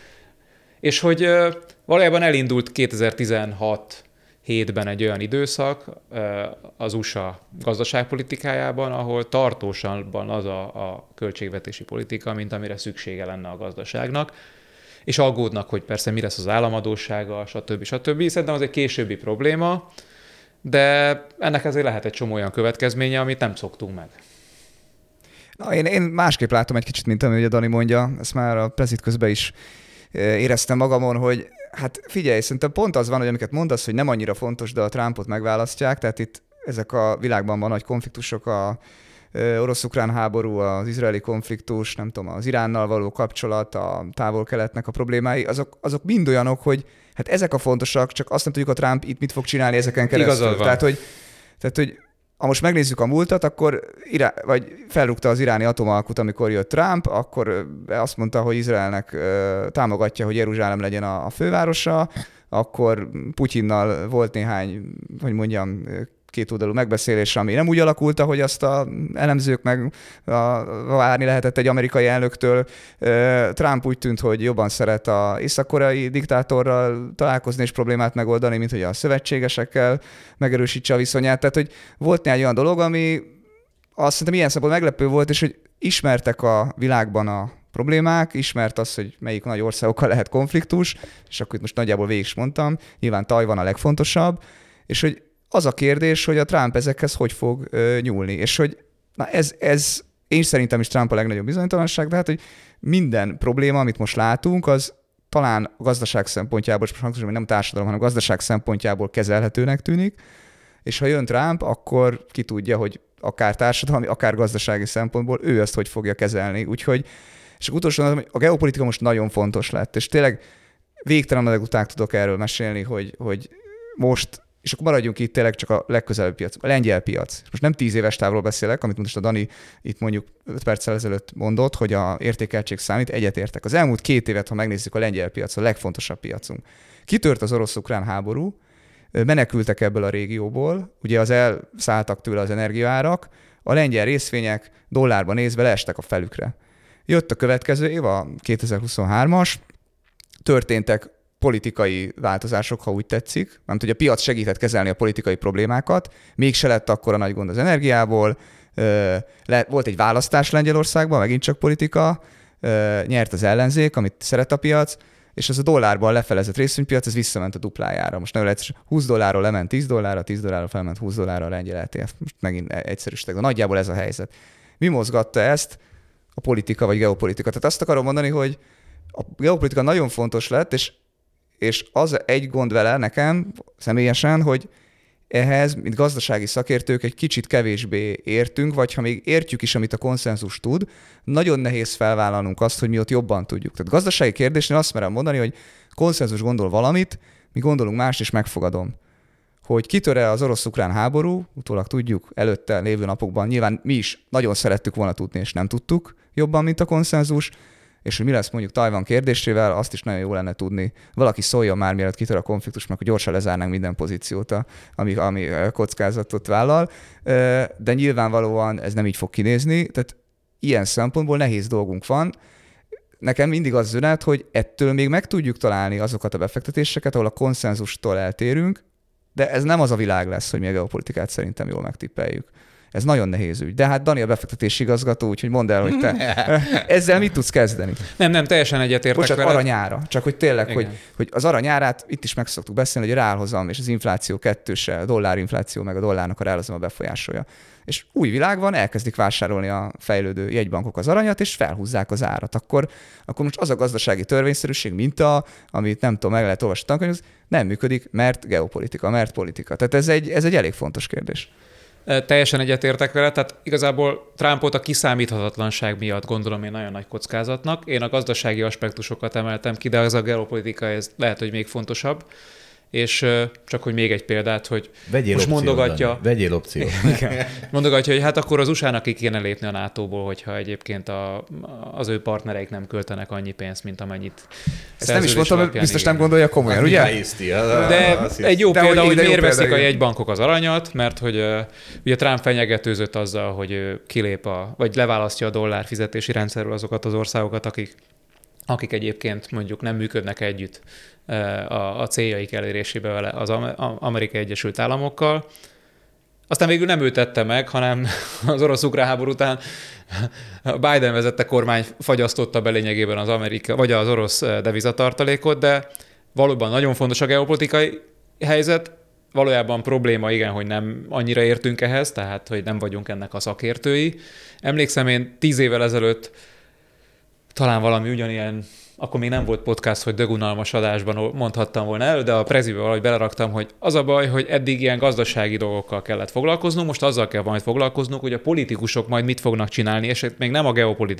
És hogy valójában elindult 2016-7-ben egy olyan időszak az USA gazdaságpolitikájában, ahol tartósanban az a költségvetési politika, mint amire szüksége lenne a gazdaságnak, és aggódnak, hogy persze mi lesz az államadóssága, stb. Szerintem az egy későbbi probléma, de ennek azért lehet egy csomó olyan következménye, amit nem szoktunk meg. Na, én másképp látom egy kicsit, mint ami a Dani mondja, ezt már a prezit közben is éreztem magamon, hogy hát figyelj, szerintem pont az van, hogy amiket mondasz, hogy nem annyira fontos, de a Trumpot megválasztják, tehát itt ezek a világban van nagy konfliktusok, a orosz-ukrán háború, az izraeli konfliktus, nem tudom, az Iránnal való kapcsolat, a távol-keletnek a problémái, azok mind olyanok, hogy hát ezek a fontosak, csak azt nem tudjuk, a Trump itt mit fog csinálni ezeken keresztül. Tehát, hogy ha most megnézzük a múltat, akkor vagy felrúgta az iráni atomalkut, amikor jött Trump, akkor azt mondta, hogy Izraelnek támogatja, hogy Jeruzsálem legyen a fővárosa, akkor Putyinnal volt néhány, hogy mondjam, kétoldalú megbeszélés, ami nem úgy alakult, ahogy azt a elemzők meg várni lehetett egy amerikai elnöktől. Trump úgy tűnt, hogy jobban szeret az észak-koreai diktátorral találkozni és problémát megoldani, mint hogy a szövetségesekkel megerősítse a viszonyát. Tehát, hogy volt néhány olyan dolog, ami azt szerintem ilyen szempontból meglepő volt, és hogy ismertek a világban a problémák, ismert az, hogy melyik nagy országokkal lehet konfliktus, és akkor itt most nagyjából végig is mondtam, nyilván Tajvan a legfontosabb, és hogy az a kérdés, hogy a Trump ezekhez hogy fog nyúlni, és hogy na ez én szerintem is Trump a legnagyobb bizonytalanság, de hát, hogy minden probléma, amit most látunk, az talán a gazdaság szempontjából, és most nem társadalom, hanem a gazdaság szempontjából kezelhetőnek tűnik, és ha jön Trump, akkor ki tudja, hogy akár társadalmi, akár gazdasági szempontból ő ezt hogy fogja kezelni. Úgyhogy, és utolsó, hogy a geopolitika most nagyon fontos lett, és tényleg végtelen anekdoták tudok erről mesélni, hogy most, és akkor maradjunk itt tényleg csak a legközelebbi piac, a lengyel piac. Most nem 10 éves távról beszélek, amit most a Dani itt mondjuk 5 perccel ezelőtt mondott, hogy a értékeltség számít, egyetértek. Az elmúlt 2 évet, ha megnézzük, a lengyel piac a legfontosabb piacunk. Kitört az orosz-ukrán háború, menekültek ebből a régióból, ugye az elszálltak tőle az energiaárak, a lengyel részvények dollárban nézve leestek a felükre. Jött a következő év, a 2023-as, történtek politikai változások, ha úgy tetszik, mert hogy a piac segített kezelni a politikai problémákat, mégse lett akkor a nagy gond az energiából, volt egy választás Lengyelországban, megint csak politika, nyert az ellenzék, amit szeret a piac, és az a dollárban lefelezett részvénypiac, ez visszament a duplájára. Most nagyon egyszerű, $20 lement $10, $10 felment $20 a lengyel ETF. Most megint egyszerűsítek, de nagyjából ez a helyzet. Mi mozgatta ezt? A politika vagy geopolitika. Tehát azt akarom mondani, hogy a geopolitika nagyon fontos lett, és az egy gond vele nekem személyesen, hogy ehhez, mint gazdasági szakértők egy kicsit kevésbé értünk, vagy ha még értjük is, amit a konszenzus tud, nagyon nehéz felvállalnunk azt, hogy mi ott jobban tudjuk. Tehát gazdasági kérdésnél azt merem mondani, hogy konszenzus gondol valamit, mi gondolunk mást, és megfogadom. Hogy kitör-e az orosz-ukrán háború, utólag tudjuk, előtte lévő napokban nyilván mi is nagyon szerettük volna tudni, és nem tudtuk jobban, mint a konszenzus, és hogy mi lesz mondjuk Tajvan kérdésével, azt is nagyon jó lenne tudni. Valaki szóljon már, mielőtt kitör a konfliktus, meg hogy gyorsan lezárnánk minden pozíciót, ami kockázatot vállal. De nyilvánvalóan ez nem így fog kinézni, tehát ilyen szempontból nehéz dolgunk van. Nekem mindig az üzenet, hogy ettől még meg tudjuk találni azokat a befektetéseket, ahol a konszenzustól eltérünk, de ez nem az a világ lesz, hogy mi a geopolitikát szerintem jól megtippeljük. Ez nagyon nehéz ügy. De hát Dani a befektetési igazgató, úgyhogy mondd el, hogy te ezzel mit tudsz kezdeni? Nem, teljesen egyetértek Bocsánat, veled. aranyára. Csak hogy tényleg, hogy az aranyárát itt is meg szoktuk beszélni, hogy a reálhozam és az infláció kettőse, a dollárinfláció meg a dollárnak a reálhozama befolyásolja. És új világ van, elkezdik vásárolni a fejlődő jegybankok az aranyat, és felhúzzák az árat. Akkor most az a gazdasági törvényszerűség minta, amit nem tudom, meg lehet olvasni tankönyvben, nem működik, mert geopolitika, mert politika. Tehát ez egy elég fontos kérdés. Teljesen egyetértek vele, tehát igazából Trumpot a kiszámíthatatlanság miatt gondolom én nagyon nagy kockázatnak. Én a gazdasági aspektusokat emeltem ki, de az a geopolitika, ez lehet, hogy még fontosabb. És csak hogy még egy példát, hogy vegyél most opciót, mondogatja... Dani. Vegyél opciót. Mondogatja, hogy hát akkor az USA-nak ki kéne lépni a NATO-ból, hogyha egyébként az ő partnereik nem költenek annyi pénzt, mint amennyit. Ezt nem is mondtam, biztos nem gondolja komolyan, ugye? De egy jó példa, hogy miért veszik a jegybankok az aranyat, mert hogy ugye Trump fenyegetőzött azzal, hogy kilép vagy leválasztja a dollár fizetési rendszerről azokat az országokat, akik egyébként mondjuk nem működnek együtt a céljaik elérésébe vele az Amerikai Egyesült Államokkal. Aztán végül nem ő tette meg, hanem az orosz-ukrán háború után Biden vezette kormány fagyasztotta be lényegében az orosz devizatartalékot, de valóban nagyon fontos a geopolitikai helyzet. Valójában probléma, igen, hogy nem annyira értünk ehhez, tehát hogy nem vagyunk ennek a szakértői. Emlékszem, én 10 évvel ezelőtt talán valami ugyanilyen, akkor még nem volt podcast, hogy dögunalmas adásban mondhattam volna el, de a prezibe valahogy beleraktam, hogy az a baj, hogy eddig ilyen gazdasági dolgokkal kellett foglalkoznunk, most azzal kell majd foglalkoznunk, hogy a politikusok majd mit fognak csinálni, és még nem a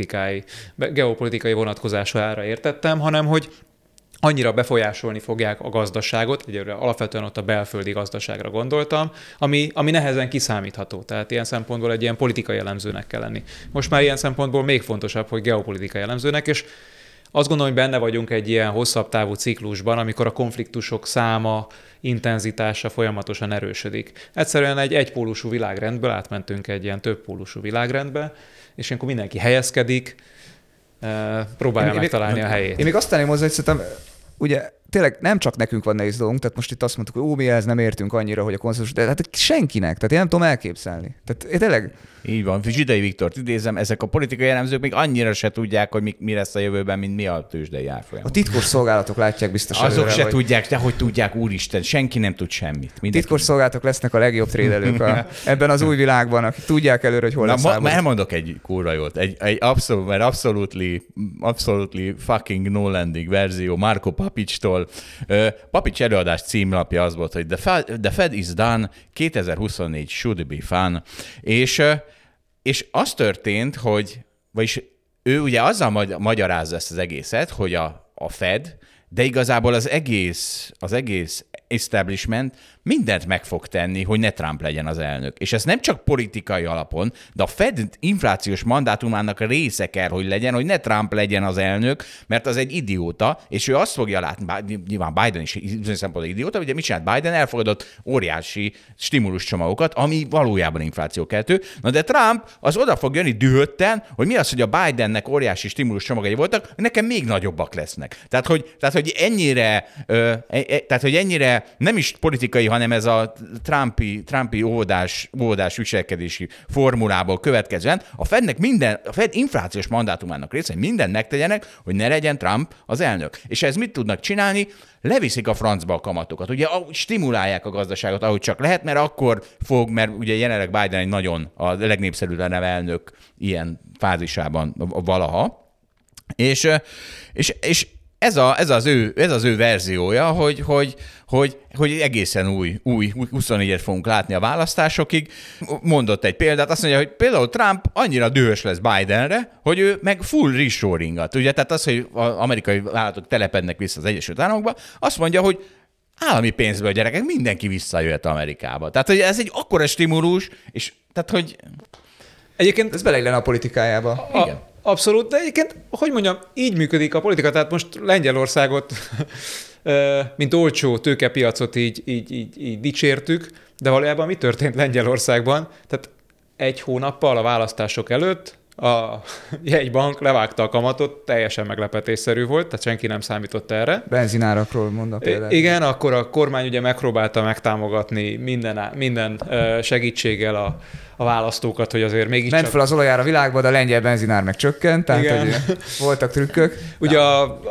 geopolitikai vonatkozására értettem, hanem hogy annyira befolyásolni fogják a gazdaságot, egyébként alapvetően ott a belföldi gazdaságra gondoltam, ami nehezen kiszámítható. Tehát ilyen szempontból egy ilyen politikai elemzőnek kell lenni. Most már ilyen szempontból még fontosabb, hogy geopolitikai elemzőnek, és Azt gondolom, hogy benne vagyunk egy ilyen hosszabb távú ciklusban, amikor a konfliktusok száma, intenzitása folyamatosan erősödik. Egyszerűen egy egypólusú világrendből átmentünk egy ilyen többpólusú világrendbe, és ilyenkor mindenki helyezkedik, próbálja megtalálni a helyét. Én még azt tenném hozzá, hogy szerintem ugye tényleg nem csak nekünk van nehéz dolgunk, tehát most itt azt mondtuk, hogy mi ehhez nem értünk annyira, hogy a konszenzus, de hát senkinek, tehát én nem tudom elképzelni. Tehát én tényleg... Így van, Zsidai Viktort idézem, ezek a politikai elemzők még annyira se tudják, hogy mi lesz a jövőben, mint mi a tőzsdei árfolyam. A titkos szolgálatok látják biztos azok előre, se tudják, de hogy tudják, úristen, senki nem tud semmit. Mindenki. Titkos szolgálatok lesznek a legjobb trédelők ebben az új világban, akik tudják előre, hogy hol lesz háború. Elmondok egy kurva jót, egy absolutely fucking no landing verzió Marko Papicstól. Papics előadás címlapja az volt, hogy The Fed is done, 2024 should be fun. És az történt, hogy, vagyis ő ugye azzal magyarázza ezt az egészet, hogy a Fed, de igazából az egész establishment mindent meg fog tenni, hogy ne Trump legyen az elnök. És ez nem csak politikai alapon, de a Fed inflációs mandátumának része kell, hogy legyen, hogy ne Trump legyen az elnök, mert az egy idióta, és ő azt fogja látni, nyilván Biden is szempontból idióta, ugye mit csinált Biden? Elfogadott óriási stimuluscsomagokat, ami valójában inflációkeltő. Na de Trump az oda fog jönni dühötten, hogy mi az, hogy a Bidennek óriási stimuluschommagai voltak, nekem még nagyobbak lesznek. Tehát, hogy ennyire nem is politikai, hanem ez a Trumpi óvodás viselkedési formulából következően a Fed inflációs mandátumának része, hogy mindent megtegyenek, hogy ne legyen Trump az elnök. És ez mit tudnak csinálni? Leviszik a francba a kamatokat. Ugye stimulálják a gazdaságot, ahogy csak lehet, mert akkor mert ugye jelenleg Biden egy nagyon a legnépszerűbb elnök ilyen fázisában valaha. És ez az ő verziója, hogy egészen új 24-et fogunk látni a választásokig. Mondott egy példát, azt mondja, hogy például Trump annyira dühös lesz Bidenre, hogy ő meg full reshoringat. Ugye, tehát az, hogy az amerikai vállalatok telepednek vissza az Egyesült Államokba, azt mondja, hogy állami pénzből gyerekek, mindenki visszajöhet Amerikába. Tehát, hogy ez egy akkora stimulus, és tehát, hogy... Egyébként ez beleillene a politikájába. Igen. Abszolút, de egyébként, hogy mondjam, így működik a politika. Tehát most Lengyelországot, mint olcsó tőkepiacot így dicsértük, de valójában mi történt Lengyelországban? Tehát egy hónappal a választások előtt a jegybank levágta a kamatot, teljesen meglepetésszerű volt, tehát senki nem számított erre. Benzinárakról mondnak például. Igen, akkor a kormány ugye megpróbálta megtámogatni minden segítséggel a választókat, hogy azért mégiscsak... Ment fel az olajár a világba, de a lengyel benzinár meg csökkent, tehát voltak trükkök. Ugye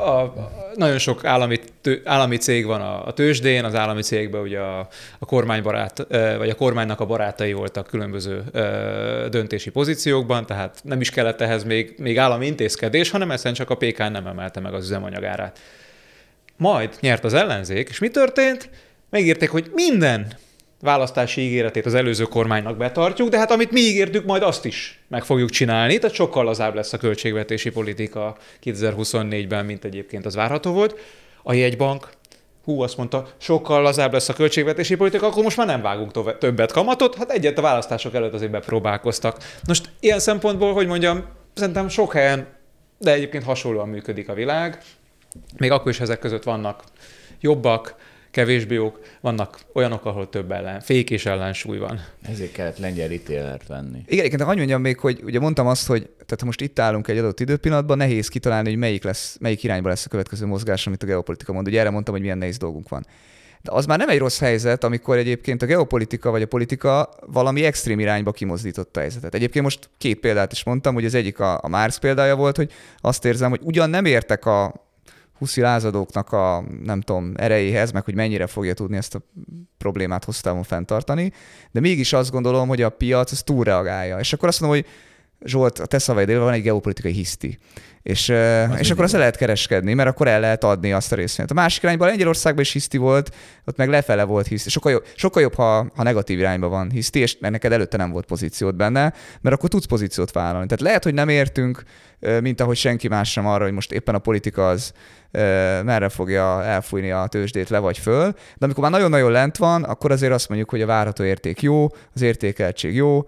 nagyon sok állami cég van a tőzsdén, az állami cégben ugye a kormánybarát, vagy a kormánynak a barátai voltak különböző döntési pozíciókban, tehát nem is kellett ehhez még állami intézkedés, hanem egyszerűen csak a PK nem emelte meg az üzemanyagárát. Majd nyert az ellenzék, és mi történt? Megírték, hogy minden választási ígéretét az előző kormánynak betartjuk, de hát amit mi ígértük, majd azt is meg fogjuk csinálni, tehát sokkal lazább lesz a költségvetési politika 2024-ben, mint egyébként az várható volt. A jegybank, azt mondta, sokkal lazább lesz a költségvetési politika, akkor most már nem vágunk többet kamatot, hát egyet a választások előtt azért bepróbálkoztak. Most ilyen szempontból, hogy mondjam, szerintem sok helyen, de egyébként hasonlóan működik a világ, még akkor is ezek között vannak jobbak, kevésbé jók, vannak olyanok, ahol több fék és ellensúly van. Ezért kellett lengyel ítélet venni. Igen, de hogy mondjam még, hogy ugye mondtam azt, hogy tehát ha most itt állunk egy adott időpillanatban, nehéz kitalálni, hogy melyik irányba lesz a következő mozgás, amit a geopolitika mond. Ugye erre mondtam, hogy milyen nehéz dolgunk van. De az már nem egy rossz helyzet, amikor egyébként a geopolitika vagy a politika valami extrém irányba kimozdította a helyzetet. Egyébként most két példát is mondtam, hogy az egyik a Marx példája volt, hogy azt érzem, hogy ugyan nem értek a huszi lázadóknak a, nem tudom, erejéhez, meg hogy mennyire fogja tudni ezt a problémát hosszú távon fenntartani, de mégis azt gondolom, hogy a piac ezt túlreagálja. És akkor azt mondom, hogy Zsolt, a te szavaidél van egy geopolitikai hiszti. És akkor azt lehet kereskedni, mert akkor el lehet adni azt a részvényt. A másik irányban Lengyelországban is hiszti volt, ott meg lefele volt hiszti. Sokkal jobb ha negatív irányban van hiszti, és neked előtte nem volt pozíciót benne, mert akkor tudsz pozíciót vállalni. Tehát lehet, hogy nem értünk, mint ahogy senki más sem arra, hogy most éppen a politika az merre fogja elfújni a tőzsdét le vagy föl, de amikor már nagyon-nagyon lent van, akkor azért azt mondjuk, hogy a várható érték jó, az értékeltség jó,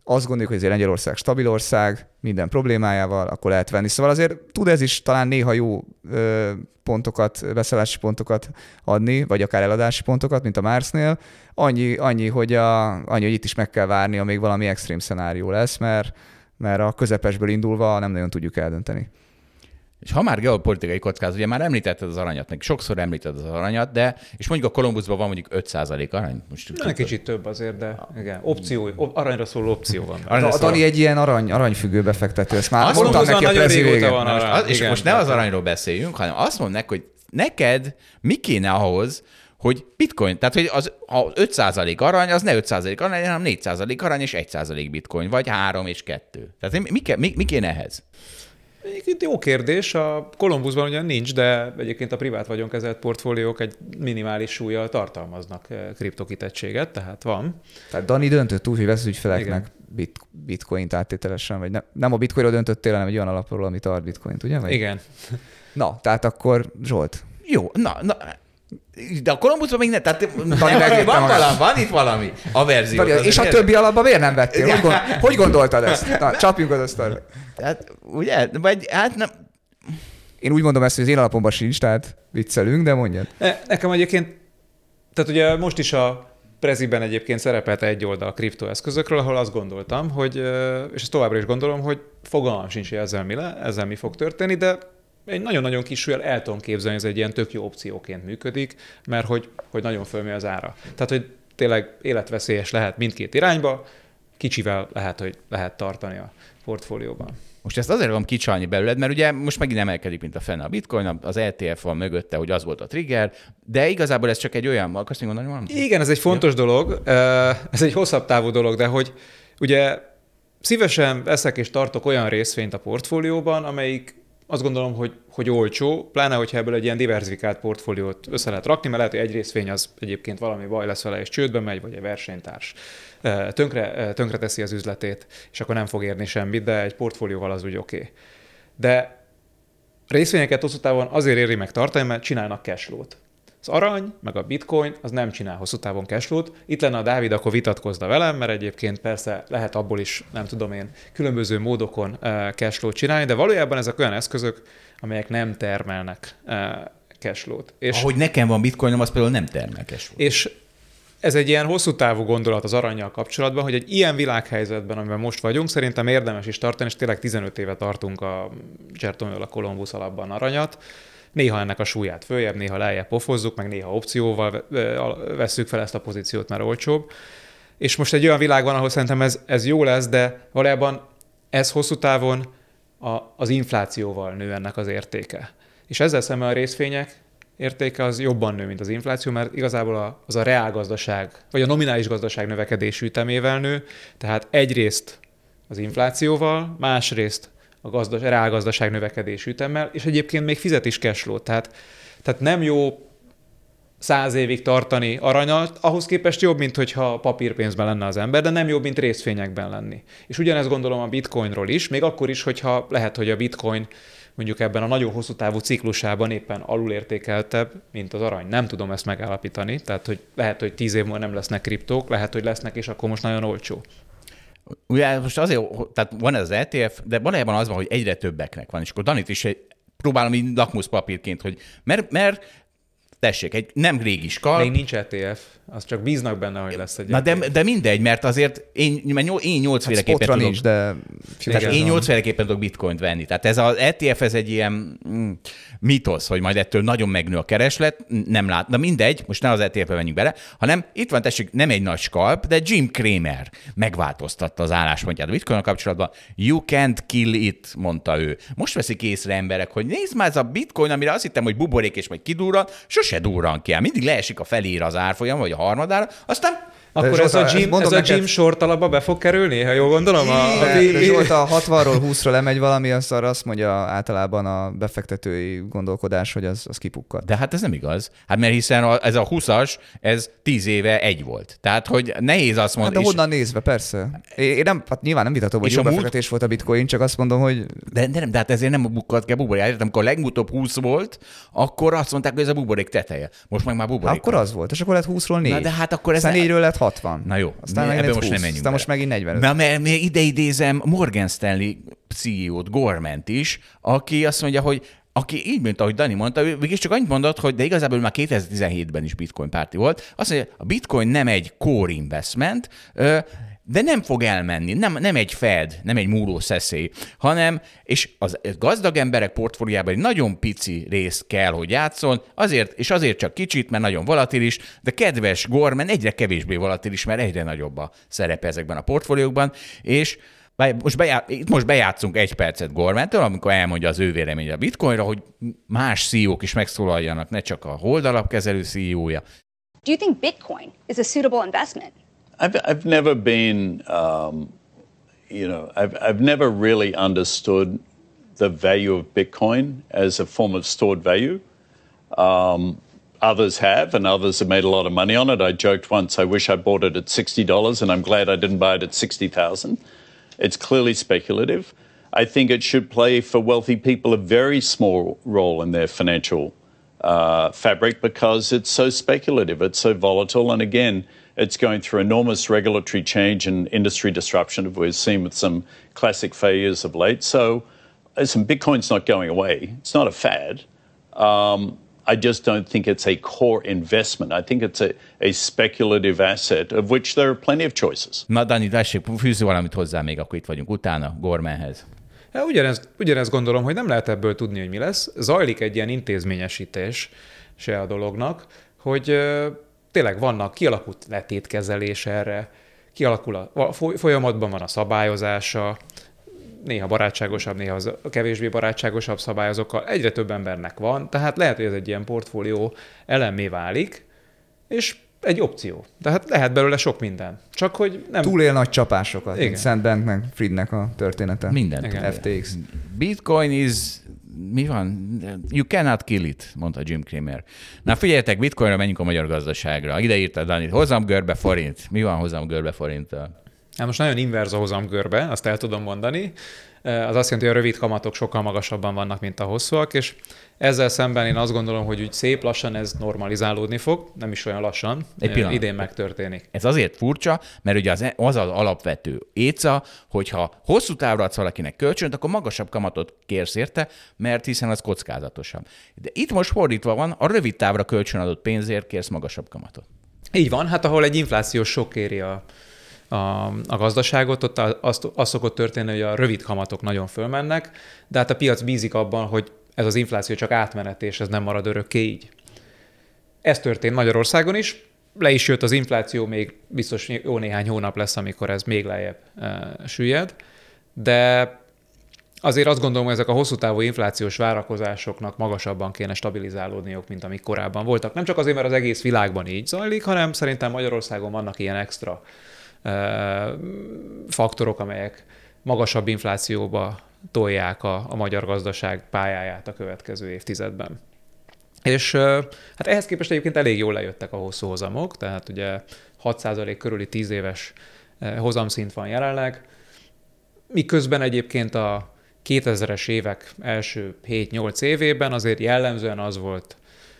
azt gondoljuk, hogy azért Lengyelország stabil ország, minden problémájával, akkor lehet venni. Szóval azért tud ez is talán néha jó pontokat, beszállási pontokat adni, vagy akár eladási pontokat, mint a Marsnél. Annyi, hogy itt is meg kell várni, amíg valami extrém szenárió lesz, mert a közepesből indulva nem nagyon tudjuk eldönteni. És ha már geopolitikai kockázat, ugye már említetted az aranyat, meg sokszor említetted az aranyat, de és mondjuk a Columbusban van mondjuk 5% arany. Most kicsit több azért, de igen, aranyra szóló opció van. A Dani egy ilyen aranyfüggő befektető, ezt már azt mondtam neki a prezi végén. És most ne az aranyról beszéljünk, hanem azt mondd meg, hogy neked mi kéne ahhoz, hogy bitcoin, tehát hogy az 5% arany, az ne 5% arany, hanem 4% arany és 1% bitcoin, vagy 3 és 2. Tehát mi kéne ehhez? Egyébként jó kérdés, a Columbusban ugyan nincs, de egyébként a privát vagyonkezelt portfóliók egy minimális súllyal tartalmaznak kriptokitettséget, tehát van. Tehát Dani döntött úgy, hogy vesz ügyfeleknek bitcoint áttételesen, vagy nem a bitcoinról döntöttél, hanem egy olyan alapról, ami tart bitcoint, ugye? Vagy? Igen. Na, tehát akkor Zsolt. Jó, na. De a Columbusban még nem, tehát van itt valami averzió. És a többi alapban miért nem vettél? Hogy gondoltad ezt? Na, csapjunk az asztalra. Tehát, ugye, vagy hát nem. Én úgy mondom ezt, hogy az én alapomban sincs, tehát viccelünk, de mondjad. Nekem egyébként, tehát ugye most is a Preziben egyébként szerepelt egy oldal kriptoeszközökről, ahol azt gondoltam, hogy, és ezt továbbra is gondolom, hogy fogalmam sincs, hogy ezzel mi fog történni, de egy nagyon-nagyon kis súlyjal el tudom képzelni, hogy ez egy ilyen tök jó opcióként működik, mert hogy nagyon fölmegy az ára. Tehát, hogy tényleg életveszélyes lehet mindkét irányba, kicsivel lehet tartani a portfólióban. Most ezt azért akarom kicsalni belőled, mert ugye most megint emelkedik, mint a fenne a bitcoin, az ETF van mögötte, hogy az volt a trigger, de igazából ez csak egy olyan, akarsz még mondani valamit? Igen, ez egy fontos dolog, ez egy hosszabb távú dolog, de hogy ugye szívesen veszek és tartok olyan részvényt a portfólióban, amelyik azt gondolom, hogy olcsó, pláne, hogyha ebből egy ilyen diversifikált portfóliót össze lehet rakni, mert lehet, hogy egy részvény az egyébként valami baj lesz vele, és csődbe megy, vagy egy versenytárs tönkre teszi az üzletét, és akkor nem fog érni semmit, de egy portfólióval az úgy oké. De részvényeket hosszú távon azért éri meg tartani, mert csinálnak cashflow-t. Az arany, meg a bitcoin, az nem csinál hosszú távon cashflow-t. Itt lenne a Dávid, akkor vitatkozna velem, mert egyébként persze lehet abból is, nem tudom én, különböző módokon cashflow-t csinálni, de valójában ezek olyan eszközök, amelyek nem termelnek cashflow-t. Ahogy nekem van bitcoinom, az például nem termel cashflow-t. És ez egy ilyen hosszú távú gondolat az arannyal kapcsolatban, hogy egy ilyen világhelyzetben, amiben most vagyunk, szerintem érdemes is tartani, és tényleg 15 éve tartunk a Csertomyol a Columbus alapban aranyat. Néha ennek a súlyát följebb, néha lejjebb pofozzuk, meg néha opcióval vesszük fel ezt a pozíciót, mert olcsóbb. És most egy olyan világ van, ahol szerintem ez jó lesz, de valójában ez hosszú távon az inflációval nő ennek az értéke. És ezzel szemben a részvények értéke az jobban nő, mint az infláció, mert igazából az a reálgazdaság, vagy a nominális gazdaság növekedés ütemével nő, tehát egyrészt az inflációval, másrészt a reálgazdaság növekedés ütemmel, és egyébként még fizet is cashflow-t. Tehát nem jó 100 évig tartani aranyat, ahhoz képest jobb, mint hogyha papírpénzben lenne az ember, de nem jobb, mint részvényekben lenni. És ugyanezt gondolom a bitcoinról is, még akkor is, hogyha lehet, hogy a bitcoin mondjuk ebben a nagyon hosszú távú ciklusában éppen alulértékeltebb, mint az arany. Nem tudom ezt megállapítani, tehát hogy lehet, hogy 10 év múlva nem lesznek kriptók, lehet, hogy lesznek, és akkor most nagyon olcsó. Ugye most azért, tehát van ez az ETF, de valójában az van, hogy egyre többeknek van, és akkor Danit is próbálom így lakmuszpapírként, hogy mert tessék, egy nem régi skalp. Még nincs ETF, az csak bíznak benne, hogy lesz egy Na de mindegy, mert azért én 8 féleképpen tudok. Nincs, de én 8 féleképpen tudok bitcoint venni. Tehát ez az ETF, ez egy ilyen mitosz, hogy majd ettől nagyon megnő a kereslet, nem lát. Na mindegy, most ne az ETF-be menjünk bele, hanem itt van, tessék, nem egy nagy skalp, de Jim Cramer megváltoztatta az álláspontját a bitcoin kapcsolatban. You can't kill it, mondta ő. Most veszik észre emberek, hogy nézd már, ez a bitcoin, amire azt hittem, hogy buborék és majd kidurran, sose durran ki. Mindig leesik a felére az árfolyam, vagy a harmadára, aztán akkor ez a Jim short alapba be fog kerülni, ha jól gondolom? Zsolt, a 60-ról 20-ra lemegy valami, azt mondja általában a befektetői gondolkodás, hogy az kipukkad. De hát ez nem igaz. Hát mert hiszen ez a 20-as, ez 10 éve 1 volt. Tehát, hogy nehéz azt mondani. Hát de honnan nézve, persze. Én nem, hát nyilván nem vitatom, hogy jó befektetés volt a bitcoin, csak azt mondom, hogy... De hát ezért nem bukkad ki a buborék. Amikor a legutóbb 20 volt, akkor azt mondták, hogy ez a buborék teteje. Most meg már buborék. Akkor az volt, és akkor lett 20-ról 4. Na de hát akkor ez... 4-ről lett 60. Na jó, aztán ebben most 20. nem menjünk aztán most megint 45. Na, mert még ide idézem Morgan Stanley CEO-t, Gormant is, aki azt mondja, hogy aki így, mint ahogy Dani mondta, ő mégis csak annyit mondott, hogy de igazából már 2017-ben is bitcoin párti volt. Azt mondja, a bitcoin nem egy core investment, de nem fog elmenni, nem egy Fed, nem egy múló szeszély, hanem, és az gazdag emberek portfóliában egy nagyon pici részt kell, hogy játszon, azért csak kicsit, mert nagyon volatilis, de kedves Gorman egyre kevésbé volatilis, mert egyre nagyobb a szerepe ezekben a portfóliókban, és most bejátszunk 1 percet Gormantől, amikor elmondja az ő véleménye a bitcoinra, hogy más CEO-k is megszólaljanak, ne csak a hold alapkezelő CEO-ja. Do you think Bitcoin is a suitable investment? I've never been, I've never really understood the value of Bitcoin as a form of stored value. Others have, and others have made a lot of money on it. I joked once, I wish I bought it at $60, and I'm glad I didn't buy it at 60,000. It's clearly speculative. I think it should play for wealthy people a very small role in their financial fabric because it's so speculative, it's so volatile, and again, it's going through enormous regulatory change and industry disruption, as we've seen with some classic failures of late. So, listen, Bitcoin's not going away. It's not a fad. I just don't think it's a core investment. I think it's a speculative asset of which there are plenty of choices. Na, Dani, tessék, fűzz valamit hozzá még, akkor itt vagyunk utána, Gormanhez. Ugyanezt gondolom, hogy nem lehet ebből tudni, hogy mi lesz. Zajlik egy ilyen intézményesítés se a dolognak, hogy tényleg kialakult letétkezelés erre, folyamatban van a szabályozása, néha barátságosabb, néha az kevésbé barátságosabb szabályozókkal, egyre több embernek van, tehát lehet, hogy ez egy ilyen portfólió elemmé válik, és egy opció. Tehát lehet belőle sok minden. Csak hogy nem... Túlél nagy csapásokat, Igen. mint Szent Banknek, Friednek a története. Mindent. FTX. Bitcoin is... Mi van? You cannot kill it, mondta Jim Cramer. Na figyeljetek, bitcoinra menjünk a magyar gazdaságra. Ide írta Dani, hozamgörbe forint. Mi van hozamgörbe forinttal? Hát most nagyon inverz a hozamgörbe, azt el tudom mondani. Az azt jelenti, hogy a rövid kamatok sokkal magasabban vannak, mint a hosszúak, és ezzel szemben én azt gondolom, hogy úgy szép lassan ez normalizálódni fog, nem is olyan lassan, idén megtörténik. Ez azért furcsa, mert ugye az alapvető éca, hogyha hosszú távra adsz valakinek kölcsönt, akkor magasabb kamatot kérsz érte, mert hiszen az kockázatosabb. De itt most fordítva van, a rövid távra kölcsönadott pénzért kérsz magasabb kamatot. Így van, hát ahol egy inflációs sok éri a gazdaságot, ott az szokott történni, hogy a rövid kamatok nagyon fölmennek, de hát a piac bízik abban, hogy ez az infláció csak átmeneti, és ez nem marad örökké így. Ez történt Magyarországon is, le is jött az infláció, még biztos jó néhány hónap lesz, amikor ez még lejjebb süllyed, de azért azt gondolom, hogy ezek a hosszú távú inflációs várakozásoknak magasabban kéne stabilizálódniuk, mint amik korábban voltak. Nem csak azért, mert az egész világban így zajlik, hanem szerintem Magyarországon vannak ilyen extra faktorok, amelyek magasabb inflációba tolják a magyar gazdaság pályáját a következő évtizedben. És hát ehhez képest egyébként elég jól lejöttek a hosszú hozamok, tehát ugye 6% körüli 10 éves hozamszint van jelenleg, miközben egyébként a 2000-es évek első 7-8 évében azért jellemzően az volt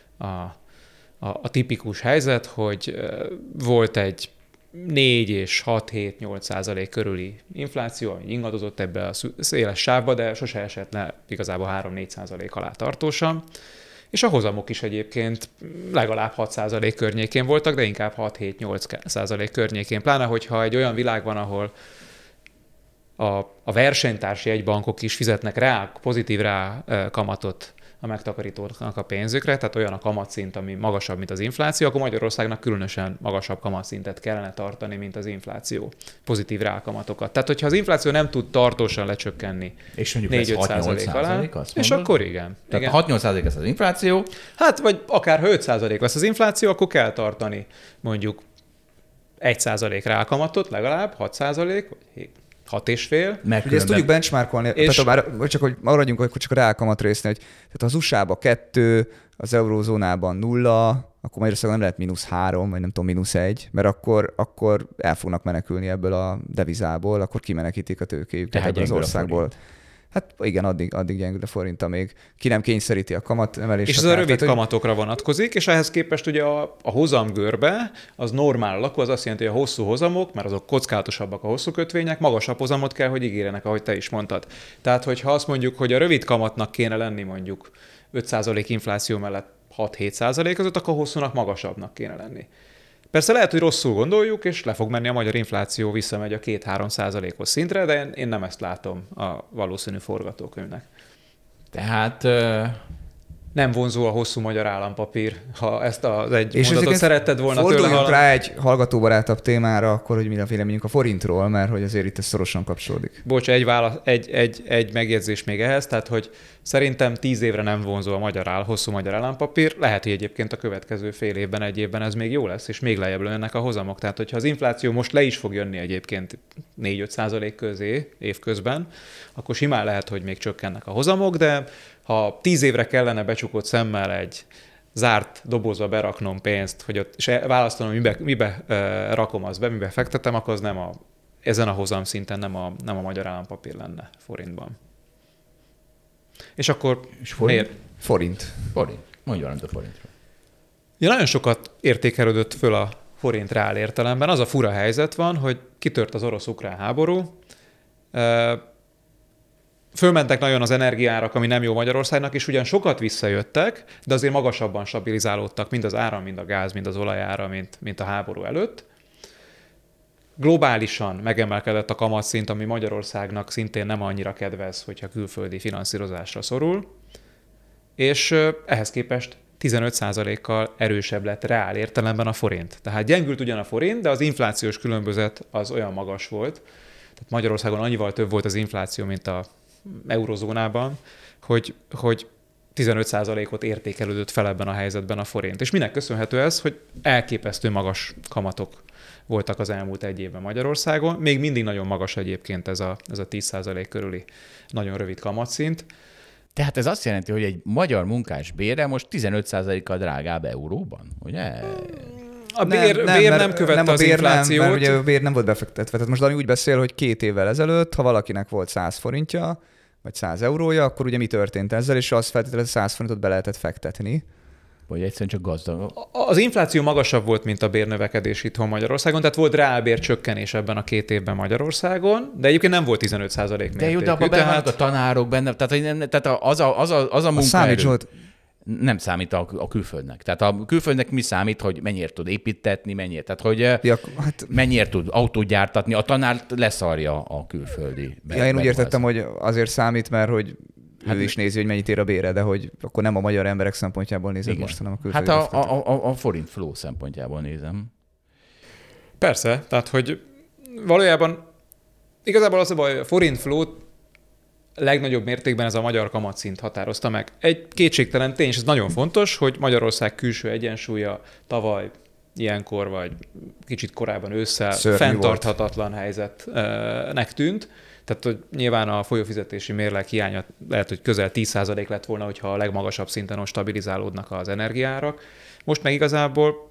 a tipikus helyzet, hogy volt egy 4 és 6-7-8% körüli infláció, ami ingadozott ebbe a széles sávba, de sose esett le igazából 3-4% alá tartósan. És a hozamok is egyébként legalább 6% környékén voltak, de inkább 6-7-8% környékén. Pláne, hogyha egy olyan világ van, ahol a versenytársi jegybankok is fizetnek pozitív kamatot a megtakarítóknak a pénzükre, tehát olyan a kamatszint, ami magasabb, mint az infláció, akkor Magyarországnak különösen magasabb kamatszintet kellene tartani, mint az infláció. Pozitív rákamatokat. Tehát, hogyha az infláció nem tud tartósan lecsökkenni 4-5% alá, és akkor igen. Tehát 6-8% lesz az infláció. Hát, vagy akár 5% lesz az infláció, akkor kell tartani mondjuk 1% rákamatot, legalább 6%, vagy 6,5. Mert ugye ezt tudjuk benchmarkolni, és... tehát csak hogy maradjunk akkor csak a reálkamat résznél, hogy tehát az USA-ban 2, az eurózónában 0, akkor Magyarországon nem lehet -3, vagy nem tudom, -1, mert akkor el fognak menekülni ebből a devizából, akkor kimenekítik a tőkéjüket ebből az országból. Hát igen, addig gyengül a forint, amíg ki nem kényszeríti a kamatemelést. És ez a rövid kamatokra vonatkozik, és ehhez képest ugye a hozamgörbe az normál alakú, az azt jelenti, hogy a hosszú hozamok, mert azok kockázatosabbak a hosszú kötvények, magasabb hozamot kell, hogy ígérjenek, ahogy te is mondtad. Tehát, hogyha azt mondjuk, hogy a rövid kamatnak kéne lenni mondjuk 5% infláció mellett 6-7% között, akkor a hosszúnak magasabbnak kéne lenni. Persze lehet, hogy rosszul gondoljuk, és le fog menni a magyar infláció, visszamegy a 2-3%-os szintre, de én nem ezt látom a valószínű forgatókönyvnek. Tehát nem vonzó a hosszú magyar állampapír, ha ezt az egy mondatot szeretted volna tőle hallani. Forduljunk rá egy hallgatóbarátabb témára, akkor hogy mi a véleményünk a forintról, mert hogy azért itt ez szorosan kapcsolódik. Bocs, egy megjegyzés még ehhez, tehát hogy szerintem 10 évre nem vonzó a hosszú magyar állampapír. Lehet, hogy egyébként a következő fél évben, egy évben ez még jó lesz, és még lejjebb lőnek a hozamok. Tehát, hogyha az infláció most le is fog jönni egyébként 4-5% közé évközben, akkor simán lehet, hogy még csökkennek a hozamok, de ha 10 évre kellene becsukott szemmel egy zárt dobozba beraknom pénzt, hogy ott, és választanom, mibe rakom azt be, mibe fektetem, akkor az ezen a hozam szinten nem a magyar állampapír lenne forintban. És akkor miért? Forint. Mondj valamit a forintról. Ja, nagyon sokat értékelődött föl a forint reál értelemben. Az a fura helyzet van, hogy kitört az orosz-ukrán háború, fölmentek nagyon az energiárak, ami nem jó Magyarországnak, és ugyan sokat visszajöttek, de azért magasabban stabilizálódtak mind az áram, mind a gáz, mind az olajára, mint a háború előtt. Globálisan megemelkedett a kamatszint, ami Magyarországnak szintén nem annyira kedvez, hogyha külföldi finanszírozásra szorul, és ehhez képest 15%-kal erősebb lett reál értelemben a forint. Tehát gyengült ugyan a forint, de az inflációs különbözet az olyan magas volt, tehát Magyarországon annyival több volt az infláció, mint a eurozónában, hogy 15%-ot értékelődött fel ebben a helyzetben a forint. És minek köszönhető ez, hogy elképesztő magas kamatok voltak az elmúlt egy évben Magyarországon. Még mindig nagyon magas egyébként ez a 10% körüli nagyon rövid kamatszint. Tehát ez azt jelenti, hogy egy magyar munkás bére most 15%-kal drágább euróban, ugye? A bér nem követte az inflációt. Nem, mert ugye a bér nem volt befektetve. Tehát most Dani úgy beszél, hogy 2 évvel ezelőtt, ha valakinek volt 100 forintja, vagy 100 eurója, akkor ugye mi történt ezzel, és azt feltétlenül 100 forintot be lehetett fektetni. Vagy egyszerűen csak gazdag. Az infláció magasabb volt, mint a bérnövekedés itthon Magyarországon, tehát volt reálbér csökkenés ebben a 2 évben Magyarországon, de egyébként nem volt 15% mértékű. De jó, de abban benne vannak a tanárok benne, tehát az a munkaerő nem számít a külföldnek. Tehát a külföldnek mi számít, hogy mennyire tud építetni, mennyire tud autót gyártatni, a tanár leszarja a külföldi. Én úgy értettem, hogy azért számít, mert hogy ő is nézi, hogy mennyit ér a bére, de hogy akkor nem a magyar emberek szempontjából nézed most, hanem a külföldi. Hát a forint flow szempontjából nézem. Persze, tehát hogy valójában igazából az a baj, a forint flow legnagyobb mértékben ez a magyar kamatszint határozta meg. Egy kétségtelen tény, és ez nagyon fontos, hogy Magyarország külső egyensúlya tavaly ilyenkor, vagy kicsit korábban ősszel fenntarthatatlan helyzetnek tűnt. Tehát hogy nyilván a folyófizetési mérleg hiánya lehet, hogy közel 10% lett volna, hogyha a legmagasabb szinten stabilizálódnak az energiaárak. Most meg igazából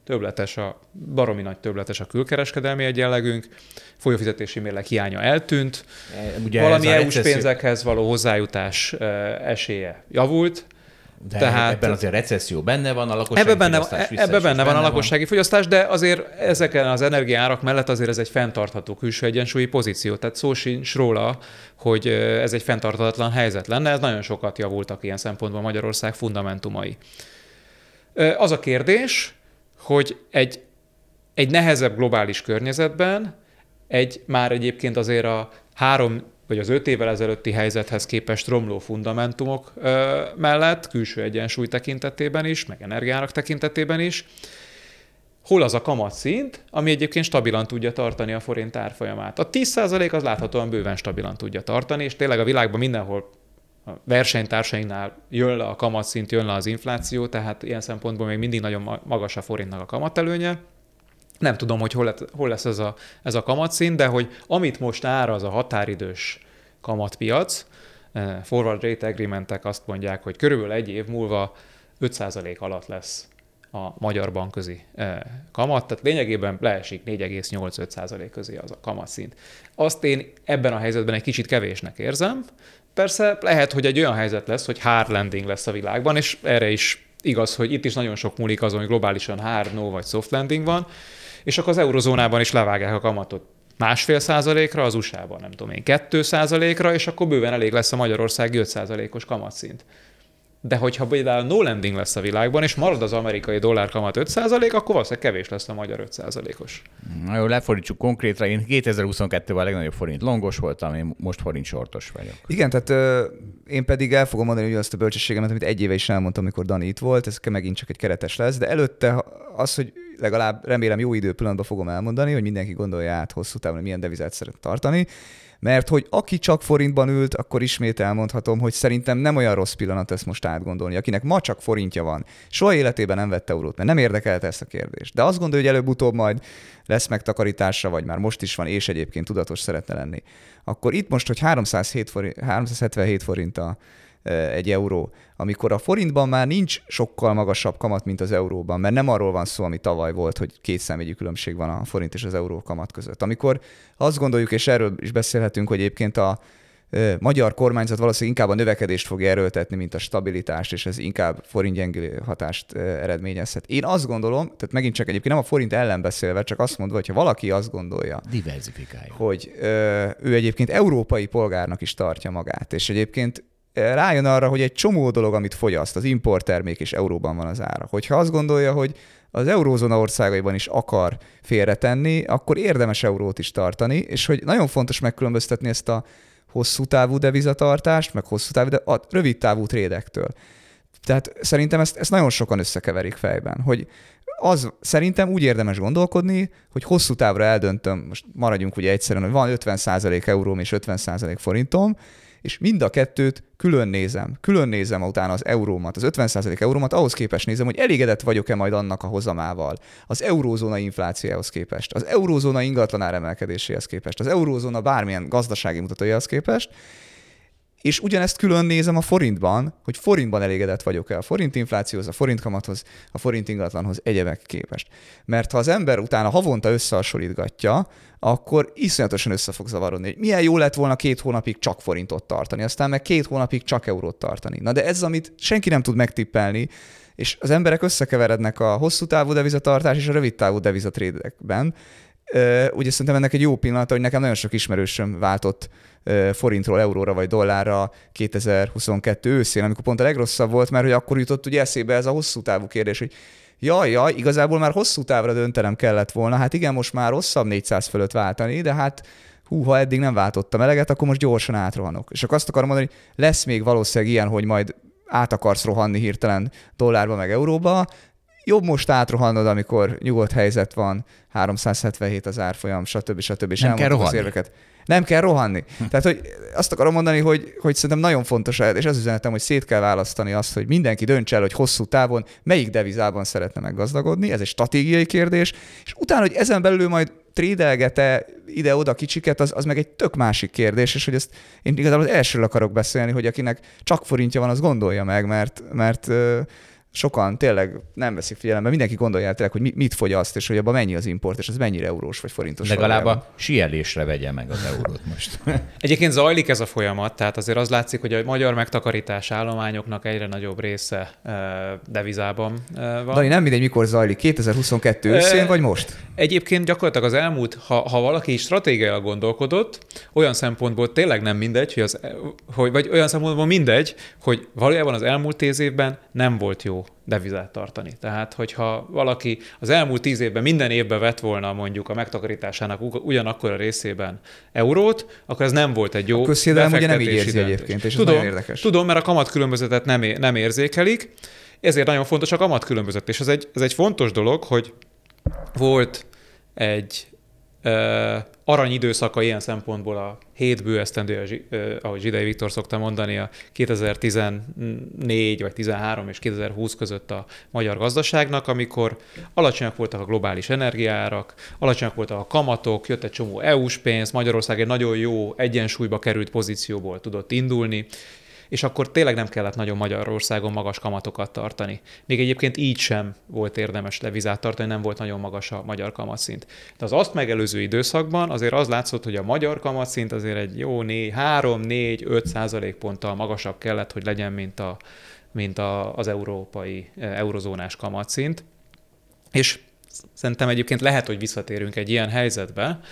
baromi nagy többletes a külkereskedelmi egyenlegünk, folyófizetési mérleg hiánya eltűnt, ugye valami EU-s pénzekhez való hozzájutás esélye javult. De tehát ebben azért recesszió benne van, a lakossági fogyasztás ebben benne van a lakossági fogyasztás, de azért ezeken az energiaárak mellett azért ez egy fenntartható külső egyensúlyi pozíció. Tehát szó sincs róla, hogy ez egy fenntarthatatlan helyzet lenne. Ez nagyon sokat javultak ilyen szempontból Magyarország fundamentumai. Az a kérdés, hogy egy nehezebb globális környezetben már egyébként azért a 3 vagy az 5 évvel ezelőtti helyzethez képest romló fundamentumok mellett, külső egyensúly tekintetében is, meg energiárak tekintetében is, hol az a kamatszint, ami egyébként stabilan tudja tartani a forint árfolyamát. A 10% az láthatóan bőven stabilan tudja tartani, és tényleg a világban mindenhol a versenytársainknál jön le a kamatszint, jön le az infláció, tehát ilyen szempontból még mindig nagyon magas a forintnak a kamatelőnye. Nem tudom, hogy hol lesz ez a kamatszint, de hogy amit most áraz a határidős kamatpiac, forward rate agreementek azt mondják, hogy körülbelül 1 év múlva 5% alatt lesz a magyar bankközi kamat, tehát lényegében leesik 4,85% közé az a kamatszint. Azt én ebben a helyzetben egy kicsit kevésnek érzem, persze lehet, hogy egy olyan helyzet lesz, hogy hard landing lesz a világban, és erre is igaz, hogy itt is nagyon sok múlik azon, hogy globálisan hard, no vagy soft landing van, és akkor az eurozónában is levágják a kamatot 1,5%-ra, az USA-ban nem tudom én 2%-ra, és akkor bőven elég lesz a magyarországi 5%-os kamatszint. De hogyha például no landing lesz a világban, és marad az amerikai dollárkamat 5%, akkor valószínűleg kevés lesz a magyar 5%-os. Na jó, lefordítsuk konkrétra. Én 2022-ben a legnagyobb forint longos voltam, én most forint sortos vagyok. Igen, tehát én pedig el fogom mondani azt a bölcsességemet, amit egy éve is elmondtam, amikor Dani itt volt, ez megint csak egy keretes lesz, de előtte az, hogy legalább remélem jó időpillanatban fogom elmondani, hogy mindenki gondolja át hosszú távon, hogy milyen devizát szeret tartani, mert hogy aki csak forintban ült, akkor ismét elmondhatom, hogy szerintem nem olyan rossz pillanat ezt most átgondolni. Akinek ma csak forintja van, soha életében nem vett eurót, mert nem érdekelte ezt a kérdést. De azt gondolja, hogy előbb-utóbb majd lesz megtakarításra, vagy már most is van, és egyébként tudatos szeretne lenni. Akkor itt most, hogy 377 forint egy euró, amikor a forintban már nincs sokkal magasabb kamat, mint az euróban, mert nem arról van szó, ami tavaly volt, hogy két számjegyű különbség van a forint és az euró kamat között. Amikor azt gondoljuk, és erről is beszélhetünk, hogy egyébként a magyar kormányzat valószínűleg inkább a növekedést fogja erőltetni, mint a stabilitást, és ez inkább forintgyengülő hatást eredményezhet. Én azt gondolom, tehát megint csak egyébként nem a forint ellen beszélve, csak azt mondva, hogy ha valaki azt gondolja, hogy ő egyébként európai polgárnak is tartja magát, és egyébként rájön arra, hogy egy csomó dolog, amit fogyaszt, az importtermék és euróban van az ára. Hogyha azt gondolja, hogy az eurózóna országaiban is akar félretenni, akkor érdemes eurót is tartani, és hogy nagyon fontos megkülönböztetni ezt a hosszú távú devizatartást, meg hosszú távú, de a rövid távú trédektől. Tehát szerintem ezt nagyon sokan összekeverik fejben, hogy az szerintem úgy érdemes gondolkodni, hogy hosszú távra eldöntöm, most maradjunk ugye egyszerűen, hogy van 50% euróm és 50% forintom, és mind a kettőt külön nézem utána az eurómat, az 50% eurómat, ahhoz képest nézem, hogy elégedett vagyok-e majd annak a hozamával, az eurózóna inflációjához képest, az eurózóna ingatlanár emelkedéséhez képest, az eurózóna bármilyen gazdasági mutatójához képest, és ugyanezt külön nézem a forintban, hogy forintban elégedett vagyok-e a forint inflációhoz, a forint kamathoz, a forint ingatlanhoz, egyebek képest. Mert ha az ember utána havonta összehasonlítgatja, akkor iszonyatosan össze fog zavarodni, hogy milyen jó lett volna 2 hónapig csak forintot tartani, aztán meg 2 hónapig csak eurót tartani. Na de ez, amit senki nem tud megtippelni, és az emberek összekeverednek a hosszú távú devizatartás és a rövid távú devizatrédekben. Ugye szerintem ennek egy jó pillanata, hogy nekem nagyon sok ismerősöm váltott forintról euróra vagy dollárra 2022 őszén, amikor pont a legrosszabb volt, mert hogy akkor jutott ugye eszébe ez a hosszú távú kérdés, hogy jaj, igazából már hosszú távra döntenem kellett volna, hát igen, most már rosszabb 400 fölött váltani, de hát ha eddig nem váltottam eleget, akkor most gyorsan átrohanok. És akkor azt akarom mondani, hogy lesz még valószínűleg ilyen, hogy majd át akarsz rohanni hirtelen dollárba meg euróba, jobb most átrohannod, amikor nyugodt helyzet van, 377 az árfolyam, stb. És nem kell rohanni. Nem kell rohanni. Tehát, hogy azt akarom mondani, hogy szerintem nagyon fontos, és az üzenetem, hogy szét kell választani azt, hogy mindenki döntse el, hogy hosszú távon melyik devizában szeretne meggazdagodni, ez egy stratégiai kérdés, és utána, hogy ezen belül majd trédelget-e ide-oda kicsiket, az meg egy tök másik kérdés, és hogy ezt én igazából az elsőről akarok beszélni, hogy akinek csak forintja van, az gondolja meg, mert sokan tényleg nem veszik figyelembe, mindenki gondolja el tényleg, hogy mit fogyaszt, és hogy abban mennyi az import, és az mennyire eurós vagy forintos. Legalább a síelésre vegye meg az eurót most. Egyébként zajlik ez a folyamat, tehát azért az látszik, hogy a magyar megtakarítás állományoknak egyre nagyobb része devizában van. Dani, nem mindegy, mikor zajlik, 2022 őszén vagy most? Egyébként gyakorlatilag az elmúlt, ha valaki stratégiailag gondolkodott, olyan szempontból tényleg nem mindegy, vagy olyan szempontból mindegy, hogy valójában az elmúlt 10 évben nem volt jó devizát tartani. Tehát, hogyha valaki az elmúlt 10 évben minden évben vett volna mondjuk a megtakarításának ugyanakkor a részében eurót, akkor ez nem volt egy jó befektetési ugye nem így érzi egyébként, és ez nagyon érdekes. Tudom, mert a kamatkülönbözetet nem érzékelik, ezért nagyon fontos a kamatkülönbözet. És ez egy fontos dolog, hogy volt egy aranyidőszaka ilyen szempontból a 7 bőesztendő, ahogy Zsidai Viktor szokta mondani, a 2014 vagy 13 és 2020 között a magyar gazdaságnak, amikor alacsonyak voltak a globális energiaárak, alacsonyak voltak a kamatok, jött egy csomó EU-s pénz, Magyarország egy nagyon jó egyensúlyba került pozícióból tudott indulni, és akkor tényleg nem kellett nagyon Magyarországon magas kamatokat tartani. Még egyébként így sem volt érdemes devizát tartani, nem volt nagyon magas a magyar kamatszint. De az azt megelőző időszakban azért az látszott, hogy a magyar kamatszint azért egy jó 3-4-5 ponttal magasabb kellett, hogy legyen, mint az európai eurozónás kamatszint. És szerintem egyébként lehet, hogy visszatérünk egy ilyen helyzetbe,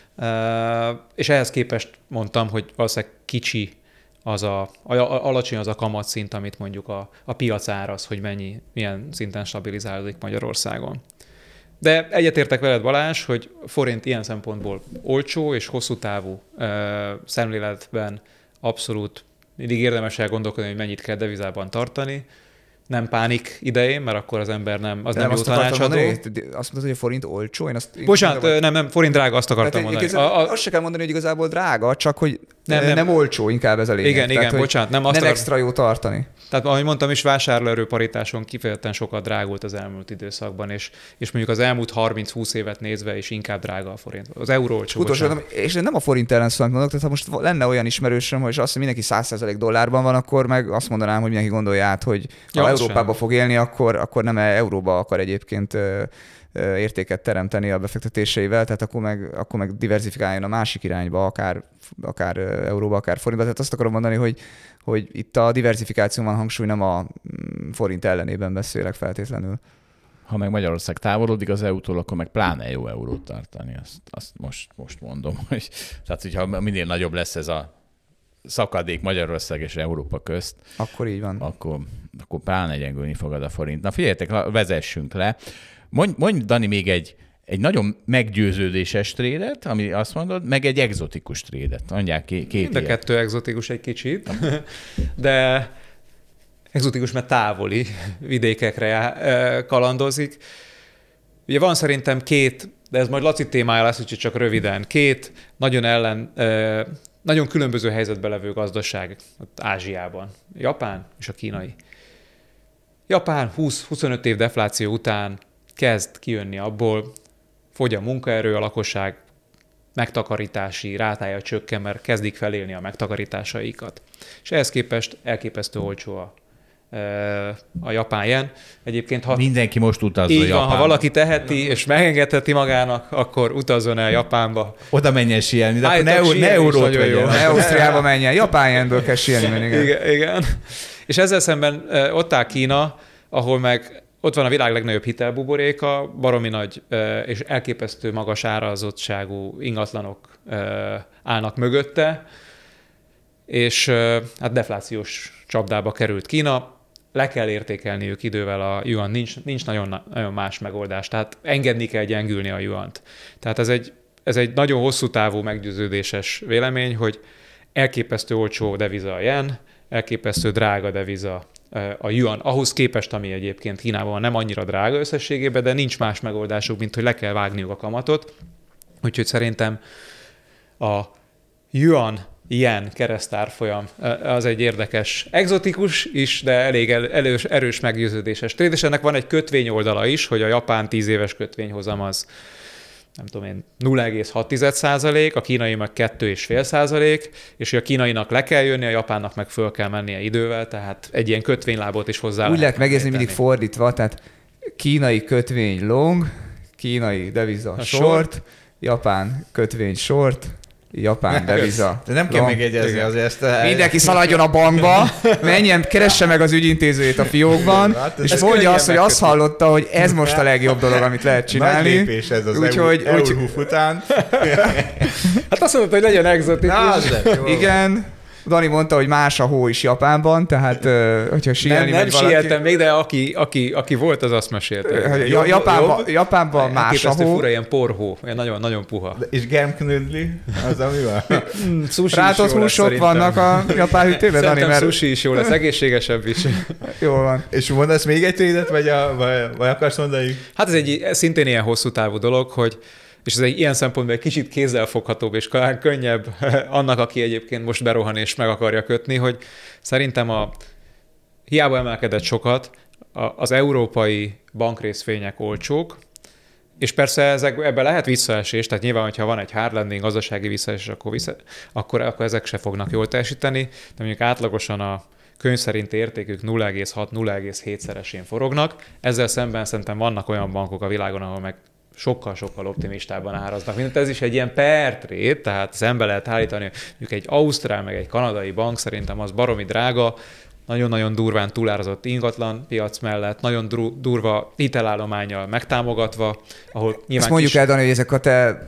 és ehhez képest mondtam, hogy valószínűleg kicsi alacsony az a kamatszint, amit mondjuk a piac áraz, hogy milyen szinten stabilizálódik Magyarországon. De egyetértek veled, Balázs, hogy forint ilyen szempontból olcsó és hosszú távú szemléletben abszolút mindig érdemes elgondolkodni, hogy mennyit kell devizában tartani. Nem pánik idején, mert akkor az ember nem jó tanácsadó. Azt mondod, hogy a forint olcsó? Bocsánat, nem, forint drága, azt akartam mondani. Azt se kell mondani, hogy igazából drága, csak hogy nem olcsó, inkább ez a lényeg. Igen, bocsánat. Nem extra jó tartani. Tehát, ahogy mondtam is, vásárlóerő paritáson kifejezetten sokat drágult az elmúlt időszakban, és mondjuk az elmúlt 30-20 évet nézve is inkább drága a forint. Az euró olcsó. És nem a forint ellen szóval mondok, tehát ha most lenne olyan ismerősöm, hogy azt, hogy mindenki 100% dollárban van, akkor meg azt mondanám, hogy mindenki gondolja át, hogy ha Európába fog élni, akkor nem euróba akar egyébként értéket teremteni a befektetéseivel, tehát akkor meg diversifikáljon a másik irányba, akár euróba, akár forintba. Tehát azt akarom mondani, hogy itt a diversifikáció van hangsúly, nem a forint ellenében beszélek feltétlenül. Ha meg Magyarország távolodik az EU-tól, akkor meg pláne jó eurót tartani. Azt most mondom. Tehát, hogyha minél nagyobb lesz ez a szakadék Magyarország és Európa közt, akkor így van. Akkor pláne gyengülni fogad a forint. Na figyeljetek, vezessünk le. Mondj, Dani, még egy nagyon meggyőződéses trédet, ami azt mondod, meg egy egzotikus trédet. Mondják két Mind a kettő egzotikus egy kicsit, de egzotikus, mert távoli vidékekre kalandozik. Ugye van szerintem de ez majd Laci témája lesz, úgyhogy csak röviden, nagyon különböző helyzetben levő gazdaság Ázsiában. Japán és a kínai. Japán 20-25 év defláció után kezd kijönni abból, fogy a munkaerő, a lakosság megtakarítási rátája csökken, mert kezdik felélni a megtakarításaikat. És ehhez képest elképesztő olcsó a japán jen. Egyébként, mindenki most utazza Japánba. Ha valaki teheti és megengedheti magának, akkor utazzon el Japánba. Oda menjen síelni, de akkor ne eurót vegyen. Ne Ausztriába menjen, japán jenből kell síelni. Igen. És ezzel szemben ott áll Kína, ahol meg ott van a világ legnagyobb hitelbuboréka, baromi nagy és elképesztő magas árazottságú ingatlanok állnak mögötte, és hát deflációs csapdába került Kína. Le kell értékelniük idővel a yuan, nincs nagyon más megoldás, tehát engedni kell gyengülni a yuant. Tehát ez egy nagyon hosszú távú meggyőződéses vélemény, hogy elképesztő olcsó deviza a yen, elképesztő drága deviza a yuan, ahhoz képest, ami egyébként Kínában nem annyira drága összességében, de nincs más megoldásuk, mint hogy le kell vágniuk a kamatot. Úgyhogy szerintem a yuan-yen keresztárfolyam az egy érdekes, egzotikus is, de elég erős meggyőződéses trade, és ennek van egy kötvény oldala is, hogy a japán 10 éves kötvényhozam az nem tudom én, 0,6%, a kínai meg 2,5%, és hogy a kínainak le kell jönni, a japánnak meg föl kell mennie idővel, tehát egy ilyen kötvénylábot is hozzá úgy lehet megérzni mindig fordítva, tehát kínai kötvény long, kínai deviza short, japán kötvény short, japán deviza. De nem kell megjegyezni azért ezt. Mindenki szaladjon a bankba, menjen, keresse meg az ügyintézőjét a fiókban, és mondja azt, hogy azt hallotta, hogy ez most a legjobb dolog, amit lehet csinálni. Nagy lépés ez az Eurhoof után. Hát azt mondta, hogy legyen egzotikus. Igen. Dani mondta, hogy más a hó is Japánban, tehát hogyha síelni nem megy valaki... Nem síeltem még, de aki volt, az azt mesélte. Japánban más a hó. Fura, ilyen porhó, ilyen nagyon, nagyon puha. És gemknödli, az ami van? Rátott húsok vannak a japán hűtőben, Dani, mert... sushi is jó lesz, egészségesebb is. Jól van. És mondasz még egy trédet, vagy akarsz mondani? Hát ez szintén ilyen hosszú távú dolog, hogy és ez egy ilyen szempontból egy kicsit kézzelfoghatóbb és könnyebb annak, aki egyébként most berohan és meg akarja kötni, hogy szerintem hiába emelkedett sokat, az európai bankrészvények olcsók, És persze ebben lehet visszaesés, tehát nyilván, hogyha van egy hard landing, gazdasági visszaesés, akkor ezek se fognak jól teljesíteni, de mondjuk átlagosan a könyv szerinti értékük 0,6-0,7-szeresén forognak. Ezzel szemben szerintem vannak olyan bankok a világon, ahol meg sokkal-sokkal optimistában áraznak. Mindent ez is egy ilyen pair trade, tehát szembe lehet állítani, mondjuk egy ausztrál, meg egy kanadai bank szerintem az baromi drága, nagyon-nagyon durván túlárazott ingatlan piac mellett, nagyon durva hitelállománnyal megtámogatva, ahol nyilván... Ezt mondjuk el, Dani, hogy ezek a te...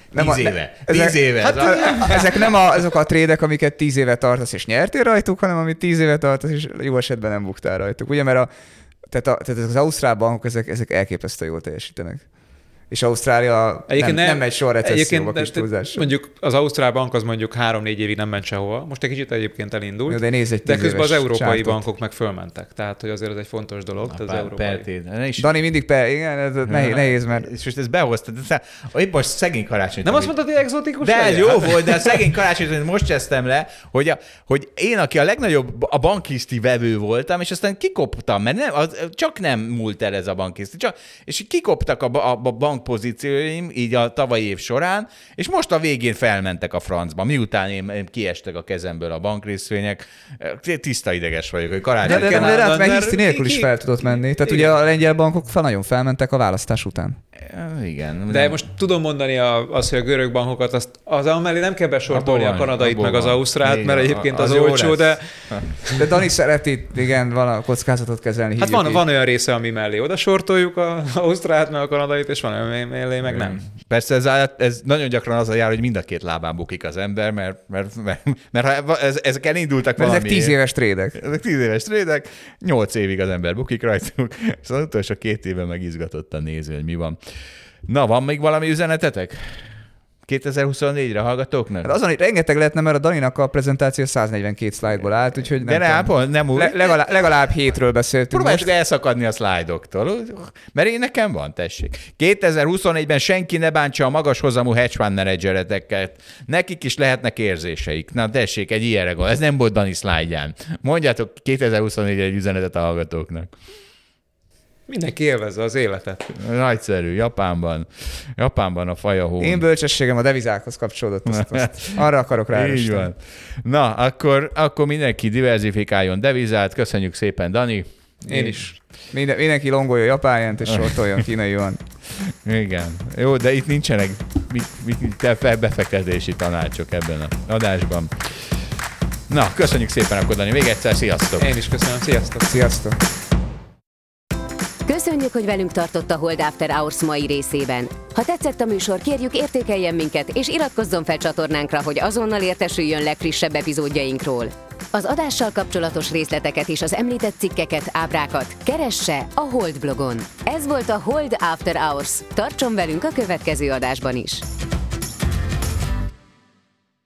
10 éve. Hát, ezek nem azok a trédek, amiket 10 éve tartasz és nyertél rajtuk, hanem amit 10 éve tartasz és jó esetben nem buktál rajtuk. Ugye, mert tehát az ausztrál bankok, ezek elképesztő jól teljesítenek. És Ausztrália nem megy sor recesszióba kis túlzással. Mondjuk az ausztrál bank az mondjuk 3-4 évig nem ment sehova. Most egy kicsit egyébként elindult. De közben az európai bankok meg fölmentek. Tehát, hogy azért ez egy fontos dolog. Az európai. Dani mindig igen, ez nehéz, mert... És most ezt behoztad. Épp most szegény karácsony. Nem azt mondtad, hogy exotikus de ez jó volt, de a szegény karácsony most kezdtem le, hogy én, aki a legnagyobb a bankiszti vevő voltam, és aztán kikoptam, mert csak nem múlt el ez a bankiszti. És kikoptak a bankpozícióim így a tavalyi év során, és most a végén felmentek a francba. Miután én kiestek a kezemből a bankrészvények, tiszta ideges vagyok, hogy karácsony. De hiszti nélkül is fel tudott menni. Tehát ugye a lengyel bankok nagyon felmentek a választás után. Igen. De most tudom mondani azt, hogy a görög bankokat, az amellé nem kell besortolni a kanadait, meg az ausztrált, mert egyébként az olcsó, de... De Dani szereti, igen, a kockázatot kezelni. Hát van olyan része, ami mellé oda sortoljuk az ausztrált, meg a kanadait, és van olyan mellé, meg nem. Persze ez nagyon gyakran az a jár, hogy mind a két lábán bukik az ember, mert ha ezek elindultak valami... Ezek 10 éves trédek. Ezek 10 éves trédek, 8 évig az ember bukik rajtuk, és az utolsó 2 évben megizgatott a néző, hogy mi van. Na, van még valami üzenetetek? 2024-re hallgatóknak? Hát azon, hogy rengeteg lehetne, mert a Daninak a prezentáció 142 szlájdból állt, úgyhogy nem úgy. Legalább 7-ről beszéltünk. Próbáljuk elszakadni a szlájdoktól, mert én nekem van, tessék. 2024-ben senki ne bántsa a magas hozamú hedge fund menedzsereteket. Nekik is lehetnek érzéseik. Na tessék, egy ilyenre gond. Ez nem volt Dani szlájdján. Mondjátok 2024-re egy üzenetet a hallgatóknak. Mindenki élvezze az életet. Nagyszerű, Japánban a faja hó. Én bölcsességem a devizákhoz kapcsolódott. Arra akarok rá. Így van. Na, akkor mindenki diverzifikáljon devizát. Köszönjük szépen, Dani. Én is. Mindenki longolja japánjent, és sortoljon kínai van. Igen. Jó, de itt nincsenek befektetési tanácsok ebben az adásban. Na, köszönjük szépen akkor, Dani. Még egyszer, sziasztok! Én is köszönöm, sziasztok! Sziasztok! Köszönjük, hogy velünk tartott a Hold After Hours mai részében. Ha tetszett a műsor, kérjük értékeljen minket, és iratkozzon fel csatornánkra, hogy azonnal értesüljön legfrissebb epizódjainkról. Az adással kapcsolatos részleteket és az említett cikkeket, ábrákat keresse a Hold blogon. Ez volt a Hold After Hours. Tartson velünk a következő adásban is!